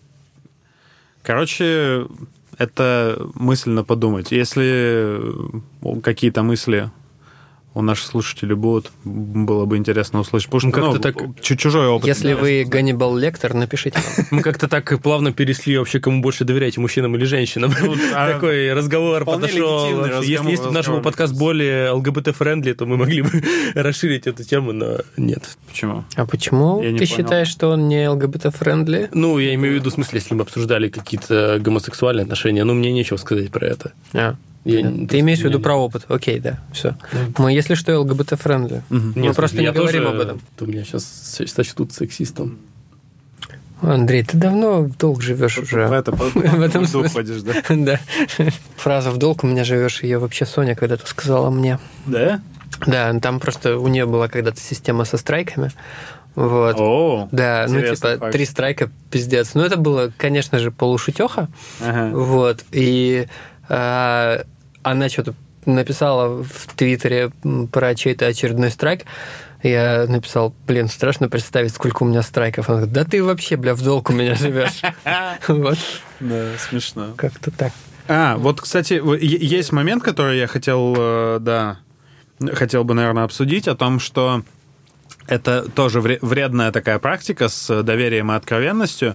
Короче, это мысленно подумать. Если какие-то мысли у наших слушателей будут, было бы интересно услышать. Потому что, ну, ну, так... чужой опыт. Если вы Ганнибал Лектор, напишите нам. Мы как-то так плавно пересли вообще, кому больше доверяете, мужчинам или женщинам. Такой разговор подошел. Если есть в нашем подкаст более ЛГБТ-френдли, то мы могли бы расширить эту тему, но нет. Почему? А почему ты считаешь, что он не ЛГБТ-френдли? Ну, я имею в виду, в смысле, если мы обсуждали какие-то гомосексуальные отношения, ну, мне нечего сказать про это. А. Я, Ты имеешь в виду про опыт? Окей, да, все. Mm. Мы, если что, ЛГБТ-френдли. Mm-hmm. Мы Нет, просто не говорим тоже, об этом. Ты меня сейчас сочтут сексистом. Андрей, ты давно в долг живешь в, уже. В, это, в этом смысле ходишь, да? Да. Фраза «в долг у меня живешь», ее вообще Соня когда-то сказала мне. Да? Да, там просто у нее была когда-то система со страйками. Вот. О, да, ну типа факт. Три страйка, пиздец. Ну это было, конечно же, полушутеха. Ага. Вот. И э, она что-то написала в Твиттере про чей-то очередной страйк. Я написал, блин, страшно представить, сколько у меня страйков. Она говорит, да ты вообще, бля, в долг у меня живешь. Вот. Да, смешно. Как-то так. А, вот, кстати, есть момент, который я хотел, да, хотел бы, наверное, обсудить, о том, что это тоже вредная такая практика с доверием и откровенностью.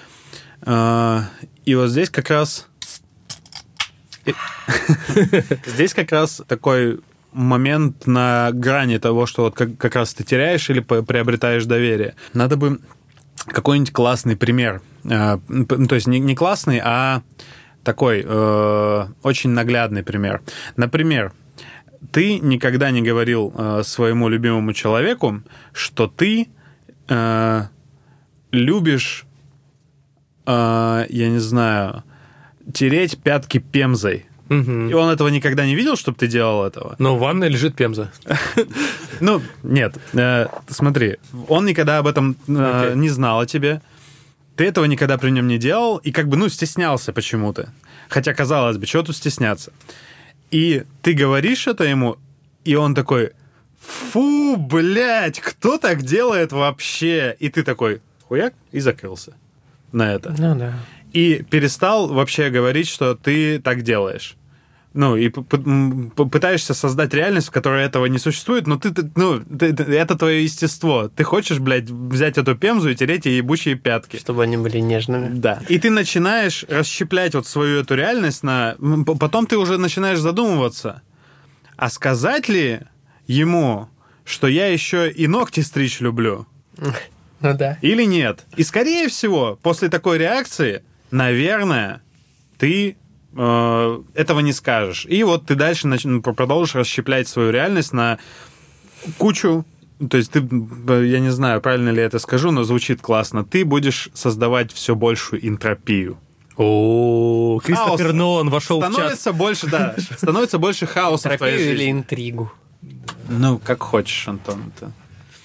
И вот здесь как раз... Здесь как раз такой момент на грани того, что вот как, как раз ты теряешь или приобретаешь доверие. Надо бы какой-нибудь классный пример. То есть не, не классный, а такой э, очень наглядный пример. Например, ты никогда не говорил э, своему любимому человеку, что ты э, любишь, э, я не знаю, тереть пятки пемзой. Угу. И он этого никогда не видел, чтобы ты делал этого. Но в ванной лежит пемза. Ну, нет. Смотри, он никогда об этом не знал о тебе. Ты этого никогда при нем не делал. И как бы, ну, стеснялся почему-то. Хотя, казалось бы, чего тут стесняться? И ты говоришь это ему, и он такой, фу, блядь, кто так делает вообще? И ты такой, хуяк, и закрылся. на это. Ну да. И перестал вообще говорить, что ты так делаешь. Ну, и пытаешься создать реальность, в которой этого не существует, но ты, ну, ты, это твое естество. Ты хочешь, блядь, взять эту пемзу и тереть ей ебучие пятки. Чтобы они были нежными. Да. И ты начинаешь расщеплять вот свою эту реальность на... Потом ты уже начинаешь задумываться, а сказать ли ему, что я еще и ногти стричь люблю? Ну да. Или нет? И, скорее всего, после такой реакции, наверное, ты... этого не скажешь. И вот ты дальше нач... продолжишь расщеплять свою реальность на кучу. То есть ты, я не знаю, правильно ли я это скажу, но звучит классно. Ты будешь создавать все большую энтропию. О, Кристофер Нолан вошел в чат. Становится больше, да, становится больше хаоса в твоей жизни. Или интригу. Ну, как хочешь, Антон. Это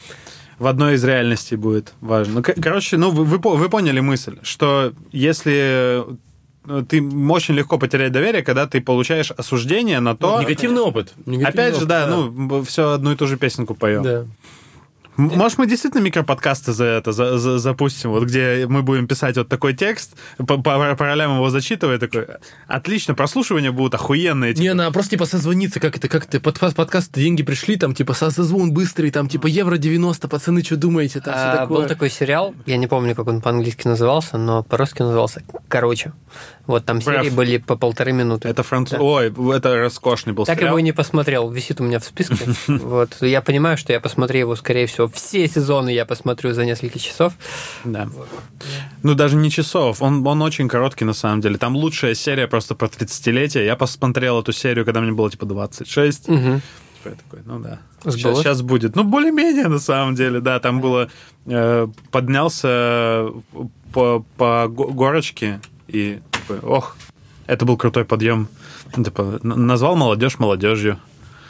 в одной из реальностей будет важно. Ну, короче, ну, вы, вы поняли мысль, что если... ты очень легко потерять доверие, когда ты получаешь осуждение на то... Негативный опыт. Негативный Опять опыт, же, да, да, ну, все одну и ту же песенку поем. Да. Может, мы действительно микроподкасты за это за, за, запустим, вот где мы будем писать вот такой текст, по, по, по ролям его зачитывая, такой, отлично, прослушивания будут охуенные. Типа. Не, надо просто типа созвониться, как это, как это, под подкаст деньги пришли, там, типа, созвон быстрый, там, типа, евро девяносто, пацаны, что думаете, там, а, все такое. Был такой сериал, я не помню, как он по-английски назывался, но по-русски назывался «Короче». Вот там Брав. серии были по полторы минуты. Это француз... Да. Ой, это роскошный был так сериал. Так его и не посмотрел, висит у меня в списке. Вот. Я понимаю, что я посмотрю его, скорее всего, все сезоны я посмотрю за несколько часов. Да. Ну, даже не часов, он, он очень короткий, на самом деле. Там лучшая серия просто про тридцатилетие. Я посмотрел эту серию, когда мне было, типа, двадцать шесть. Угу. Я такой, ну да. Сейчас, сейчас будет. Ну, более-менее, на самом деле, да. Там было... Э, поднялся по, по горочке и... Ох, это был крутой подъем. Типа, назвал молодежь молодежью.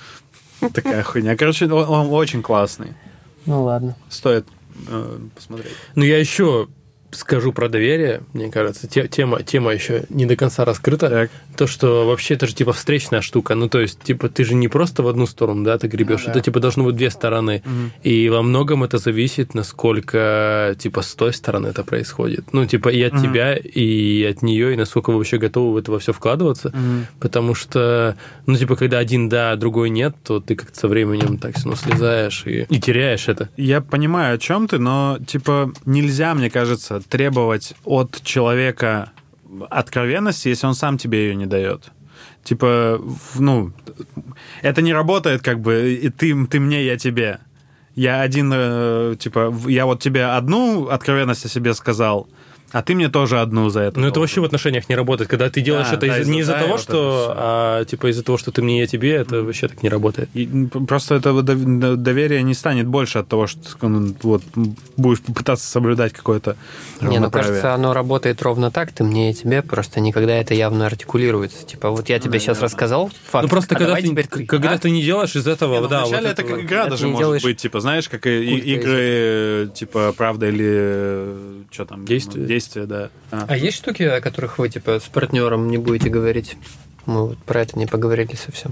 Такая хуйня. Короче, он, он очень классный. Ну ладно. Стоит э, посмотреть. Ну, я еще скажу про доверие. Мне кажется, те, тема, тема еще не до конца раскрыта. Так. То, что вообще это же типа встречная штука. Ну, то есть, типа, ты же не просто в одну сторону, да, ты гребешь. Ну, да. Это типа должно быть две стороны. Угу. И во многом это зависит, насколько типа с той стороны это происходит. Ну, типа, и от угу. тебя, и от нее, и насколько вы вообще готовы в это во все вкладываться. Угу. Потому что, ну, типа, когда один да, а другой нет, то ты как-то со временем так все ну, слезаешь и, и теряешь это. Я понимаю, о чем ты, но, типа, нельзя, мне кажется, требовать от человека откровенности, если он сам тебе ее не дает. Типа, ну, это не работает как бы, и ты, ты мне, я тебе. Я один, типа, я вот тебе одну откровенность о себе сказал, а ты мне тоже одну за это. Ну, это вообще в отношениях не работает. Когда ты делаешь да, это да, из, не из-за да, того, вот что, а типа из-за того, что ты мне, я тебе, это вообще так не работает. И просто это доверие не станет больше от того, что ну, вот, будешь пытаться соблюдать какое-то равноправие. Не, ну, кажется, оно работает ровно так, ты мне, я тебе, просто никогда это явно артикулируется. Типа, вот я тебе да, сейчас да, рассказал факт, ну, просто а когда, ты, ты, когда а? ты не делаешь из этого, не, ну, да. Вначале вот это как игра даже может делаешь... быть, типа, знаешь, как и, игры, типа, правда или что там? Действие. Ну, действие, да. А. а есть штуки, о которых вы, типа, с партнером не будете говорить? Мы вот про это не поговорили совсем.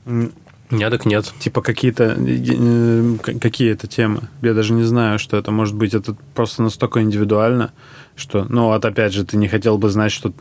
Нет, так нет. Типа какие-то... Какие это темы? Я даже не знаю, что это может быть. Это просто настолько индивидуально, что... Ну, вот опять же, ты не хотел бы знать, что...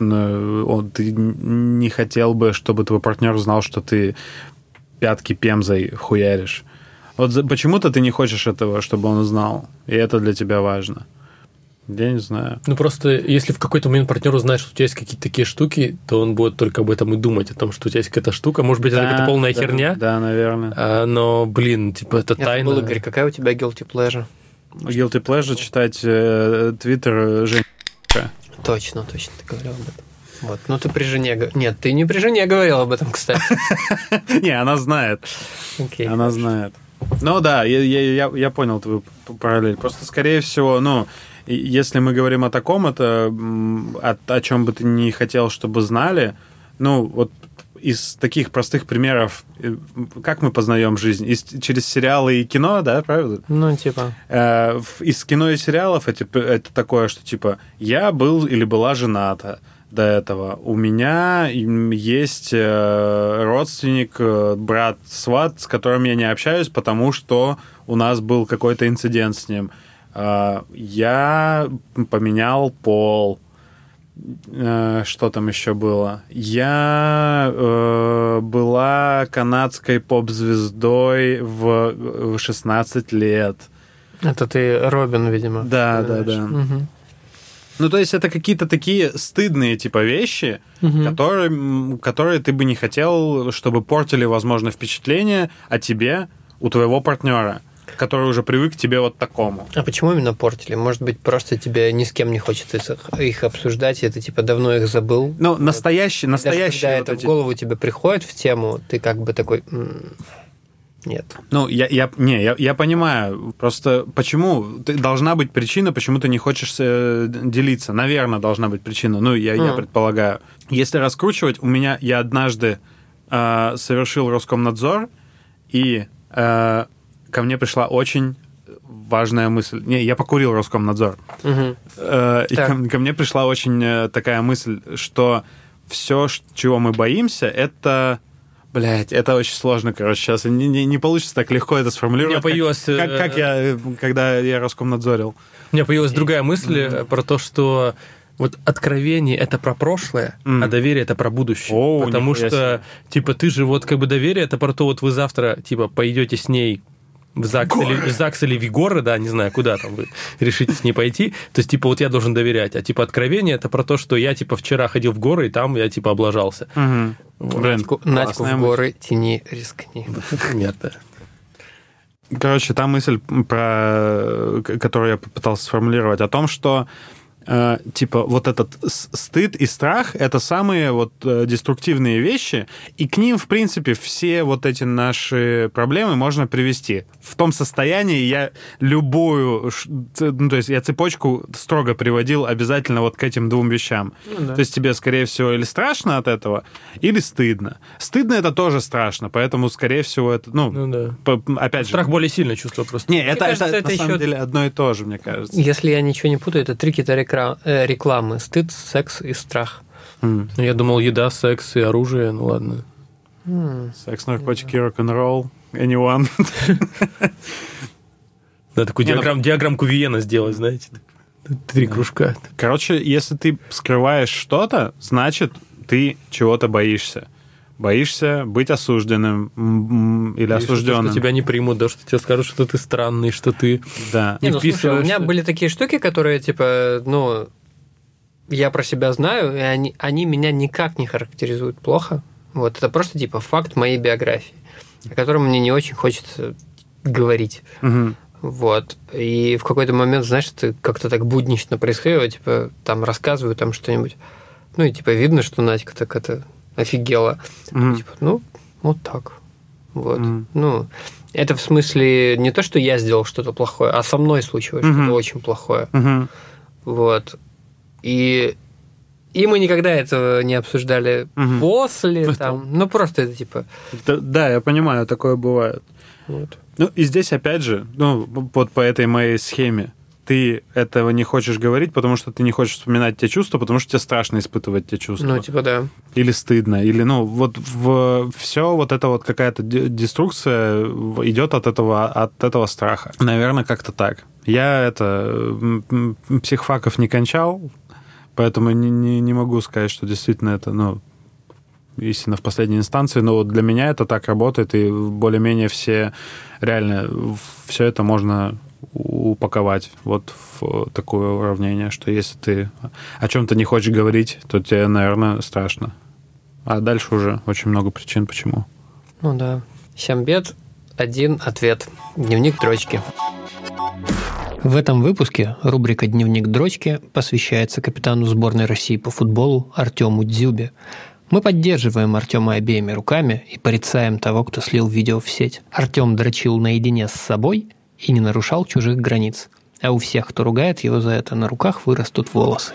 Ты не хотел бы, чтобы твой партнер знал, что ты пятки пемзой хуяришь. Вот почему-то ты не хочешь этого, чтобы он знал. И это для тебя важно. Я не знаю. Ну, просто если в какой-то момент партнер узнает, что у тебя есть какие-то такие штуки, то он будет только об этом и думать, о том, что у тебя есть какая-то штука. Может быть, да, это какая-то полная да, херня. Да, наверное. А, но, блин, типа, это Я тайна. забыл, Игорь, какая у тебя guilty pleasure? Guilty pleasure читать твиттер э, Жень. Точно, точно, ты говорил об этом. Вот. Ну, ты при жене... Нет, ты не при жене говорил об этом, кстати. Не, она знает. Она знает. Ну да, я понял твою параллель. Просто, скорее всего, ну... Если мы говорим о таком, это о, о чем бы ты не хотел, чтобы знали, ну, вот из таких простых примеров, как мы познаем жизнь? Из, через сериалы и кино, да, правда? Ну, типа. Э, из кино и сериалов это, это такое, что, типа, я был или была жената до этого. У меня есть родственник, брат, сват, с которым я не общаюсь, потому что у нас был какой-то инцидент с ним. Я поменял пол. Что там еще было? Я э, была канадской поп-звездой в шестнадцать лет. Это ты Робин, видимо. Да, да, да. Угу. Ну, то есть это какие-то такие стыдные типа вещи, угу. которые, которые ты бы не хотел, чтобы портили, возможно, впечатление о тебе у твоего партнера, который уже привык к тебе вот такому. А почему именно портили? Может быть, просто тебе ни с кем не хочется их обсуждать, и ты типа давно их забыл? Ну, настоящий, вот. настоящий. Даже когда вот это эти... в голову тебе приходит в тему, ты как бы такой... Нет. Ну, я, я, не, я, я понимаю. Просто почему? Ты, должна быть причина, почему ты не хочешь делиться. Наверное, должна быть причина. Ну, я, mm. я предполагаю. Если раскручивать, у меня... Я однажды э, совершил Роскомнадзор, и э, ко мне пришла очень важная мысль. Не, я покурил Роскомнадзор. Mm-hmm. Э, и ко, ко мне пришла очень такая мысль, что все, чего мы боимся, это... Блять, это очень сложно, короче, сейчас не, не, не получится так легко это сформулировать. У меня появилась... Как, как, как я, когда я Роскомнадзорил. У меня появилась другая мысль mm-hmm. про то, что вот откровение — это про прошлое, mm. а доверие — это про будущее. Oh, потому что, себе. типа, ты же вот как бы доверие — это про то, вот вы завтра, типа, пойдете с ней в ЗАГС, или, в ЗАГС или в Егоры, да, не знаю, куда там вы решите с ней пойти. То есть, типа, вот я должен доверять. А, типа, откровение — это про то, что я, типа, вчера ходил в горы, и там я, типа, облажался. Mm-hmm. Вот. Надьку, Надьку в горы тяни, рискни. Например, да. Короче, та мысль, про которую я попытался сформулировать, о том, что э, типа вот этот стыд и страх — это самые вот деструктивные вещи, и к ним, в принципе, все вот эти наши проблемы можно привести. В том состоянии я любую... Ну, то есть я цепочку строго приводил обязательно вот к этим двум вещам. Ну, да. То есть тебе, скорее всего, или страшно от этого, или стыдно. Стыдно — это тоже страшно, поэтому, скорее всего, это... Ну, ну да. по, опять Страх же... более сильное чувство просто. Не, это, кажется, это, это на еще... самом деле одно и то же, мне кажется. Если я ничего не путаю, это три какие-то рекламы. Стыд, секс и страх. Mm. Я думал, еда, секс и оружие, ну ладно. Mm. Секс, наркотики, рок-н-ролл, anyone. Да, такую диаграмм, диаграммку Виена сделать, знаете. Три кружка. Короче, если ты скрываешь что-то, значит, ты чего-то боишься. Боишься быть осужденным или боишься, осужденным. Что тебя не примут, да, что тебе скажут, что ты странный, что ты да. не, не вписываешься. Ну, слушай, у меня были такие штуки, которые, типа, ну, я про себя знаю, и они, они меня никак не характеризуют плохо. Вот, это просто, типа, факт моей биографии, о котором мне не очень хочется говорить. Угу. Вот. И в какой-то момент, знаешь, это как-то так буднично происходило, типа, там рассказываю там что-нибудь, ну, и, типа, видно, что Надька так это... офигела. Mm. Типа, ну, вот так. Вот. Mm. Ну, это в смысле не то, что я сделал что-то плохое, а со мной случилось mm-hmm. что-то очень плохое. Mm-hmm. Вот. И, и мы никогда этого не обсуждали mm-hmm. после. Там, ну, просто это типа... Да, да, я понимаю, такое бывает. Вот. Ну, и здесь, опять же, ну, вот по этой моей схеме, ты этого не хочешь говорить, потому что ты не хочешь вспоминать те чувства, потому что тебе страшно испытывать те чувства. Ну, типа, да. Или стыдно, или, ну, вот в, все вот это вот какая-то деструкция идет от этого, от этого страха. Наверное, как-то так. Я это психфаков не кончал, поэтому не, не, не могу сказать, что действительно это, ну, истина в последней инстанции, но вот для меня это так работает, и более-менее все, реально, все это можно упаковать вот в такое уравнение, что если ты о чем-то не хочешь говорить, то тебе, наверное, страшно. А дальше уже очень много причин, почему. Ну да. Семь бед, один ответ. Дневник дрочки. В этом выпуске рубрика «Дневник дрочки» посвящается капитану сборной России по футболу Артему Дзюбе. Мы поддерживаем Артема обеими руками и порицаем того, кто слил видео в сеть. Артем дрочил наедине с собой и не нарушал чужих границ. А у всех, кто ругает его за это, на руках вырастут волосы.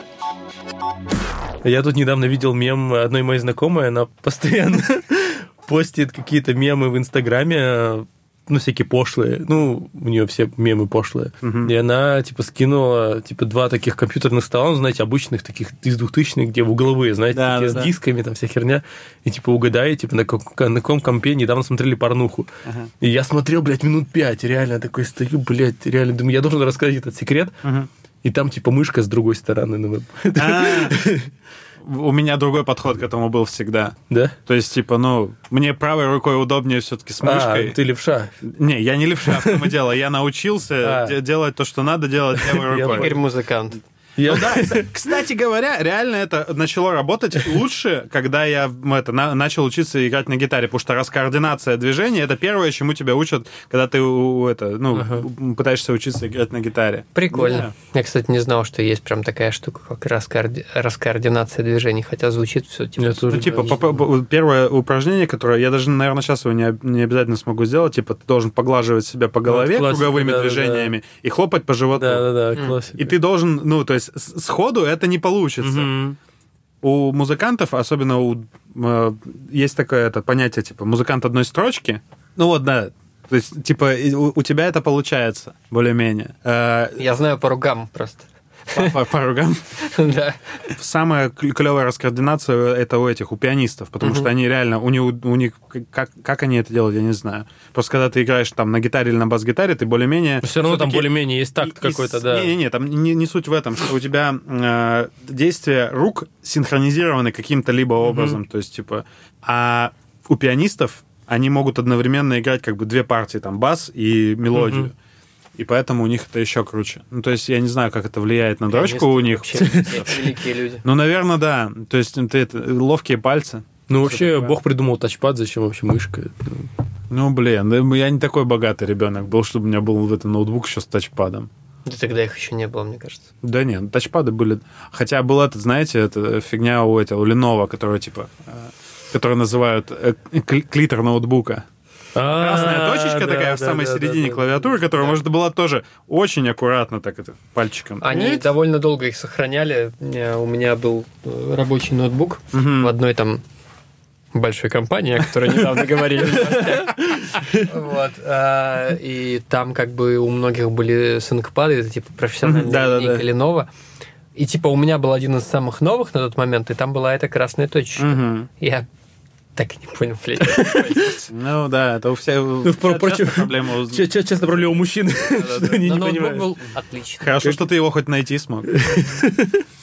Я тут недавно видел мем одной моей знакомой, она постоянно постит какие-то мемы в Инстаграме ну, всякие пошлые. Ну, у нее все мемы пошлые. Uh-huh. И она, типа, скинула, типа, два таких компьютерных стола, ну, знаете, обычных таких из двухтысячных, где в угловые, знаете, да, такие да, с да. дисками, там вся херня. И, типа, угадай, типа, на, каком, на каком компе недавно смотрели порнуху. Uh-huh. И я смотрел, блядь, минут пять, реально такой стою, блядь, реально думаю, я должен рассказать этот секрет. Uh-huh. И там, типа, мышка с другой стороны. Ну, у меня другой подход к этому был всегда. Да? То есть, типа, ну, мне правой рукой удобнее все-таки с мышкой. А, ты левша? Не, я не левша, в том и дело. Я научился а. делать то, что надо делать левой рукой. Теперь музыкант. Я... Ну, да, кстати говоря, реально это начало работать лучше, когда я это, на, начал учиться играть на гитаре, потому что раскоординация движений — это первое, чему тебя учат, когда ты это, ну, ага. пытаешься учиться играть на гитаре. Прикольно. Да. Я, кстати, не знал, что есть прям такая штука, как раскоорди... раскоординация движений, хотя звучит все типа... Ну, типа, по- по- первое упражнение, которое... Я даже, наверное, сейчас его не, не обязательно смогу сделать, типа, ты должен поглаживать себя по голове вот, круговыми да, движениями да, да. и хлопать по животу. Да-да-да, классика. И ты должен, ну, то есть сходу это не получится. Mm-hmm. У музыкантов, особенно у... Э, есть такое это понятие, типа, музыкант одной строчки. Ну вот, да. То есть, типа, у, у тебя это получается, более-менее. Э, Я знаю пару гамм просто. Пару гамм? Да. Самая клевая раскоординация это у этих, у пианистов, потому что они реально, у них, у них как, как они это делают, я не знаю. Просто когда ты играешь там на гитаре или на бас-гитаре, ты более-менее... Все равно там более-менее есть такт какой-то, да. Не-не-не, там не, не суть в этом, что у тебя э, действия рук синхронизированы каким-то либо образом, mm-hmm. то есть, типа... А у пианистов они могут одновременно играть как бы две партии, там, бас и мелодию. Mm-hmm. И поэтому у них это еще круче. Ну, то есть, я не знаю, как это влияет на дрочку у них. Великие люди. Ну, наверное, да. То есть, ты это, ловкие пальцы. Ну, вообще, Бог придумал тачпад, зачем вообще мышка? Ну, блин, я не такой богатый ребенок был, чтобы у меня был этот ноутбук еще с тачпадом. Да тогда их еще не было, мне кажется. Да нет, тачпады были... Хотя был этот, знаете, это фигня у этого, у Lenovo, которая, типа, которую называют клитор ноутбука. Красная точечка да, такая да, в самой да, середине да, клавиатуры, которая, да. может, была тоже очень аккуратно так это пальчиком. Они Видите? довольно долго их сохраняли. У меня был рабочий ноутбук угу. в одной там большой компании, о которой недавно говорили. Вот. И там как бы у многих были синкпады, это типа профессиональная линейка Lenovo. И типа у меня был один из самых новых на тот момент, и там была эта красная точечка. Я так и не понял, блядь. Ну да, это у всех проблема. Честно, проблема у мужчин. Но ноутбук был отличный. Хорошо, что ты его хоть найти смог.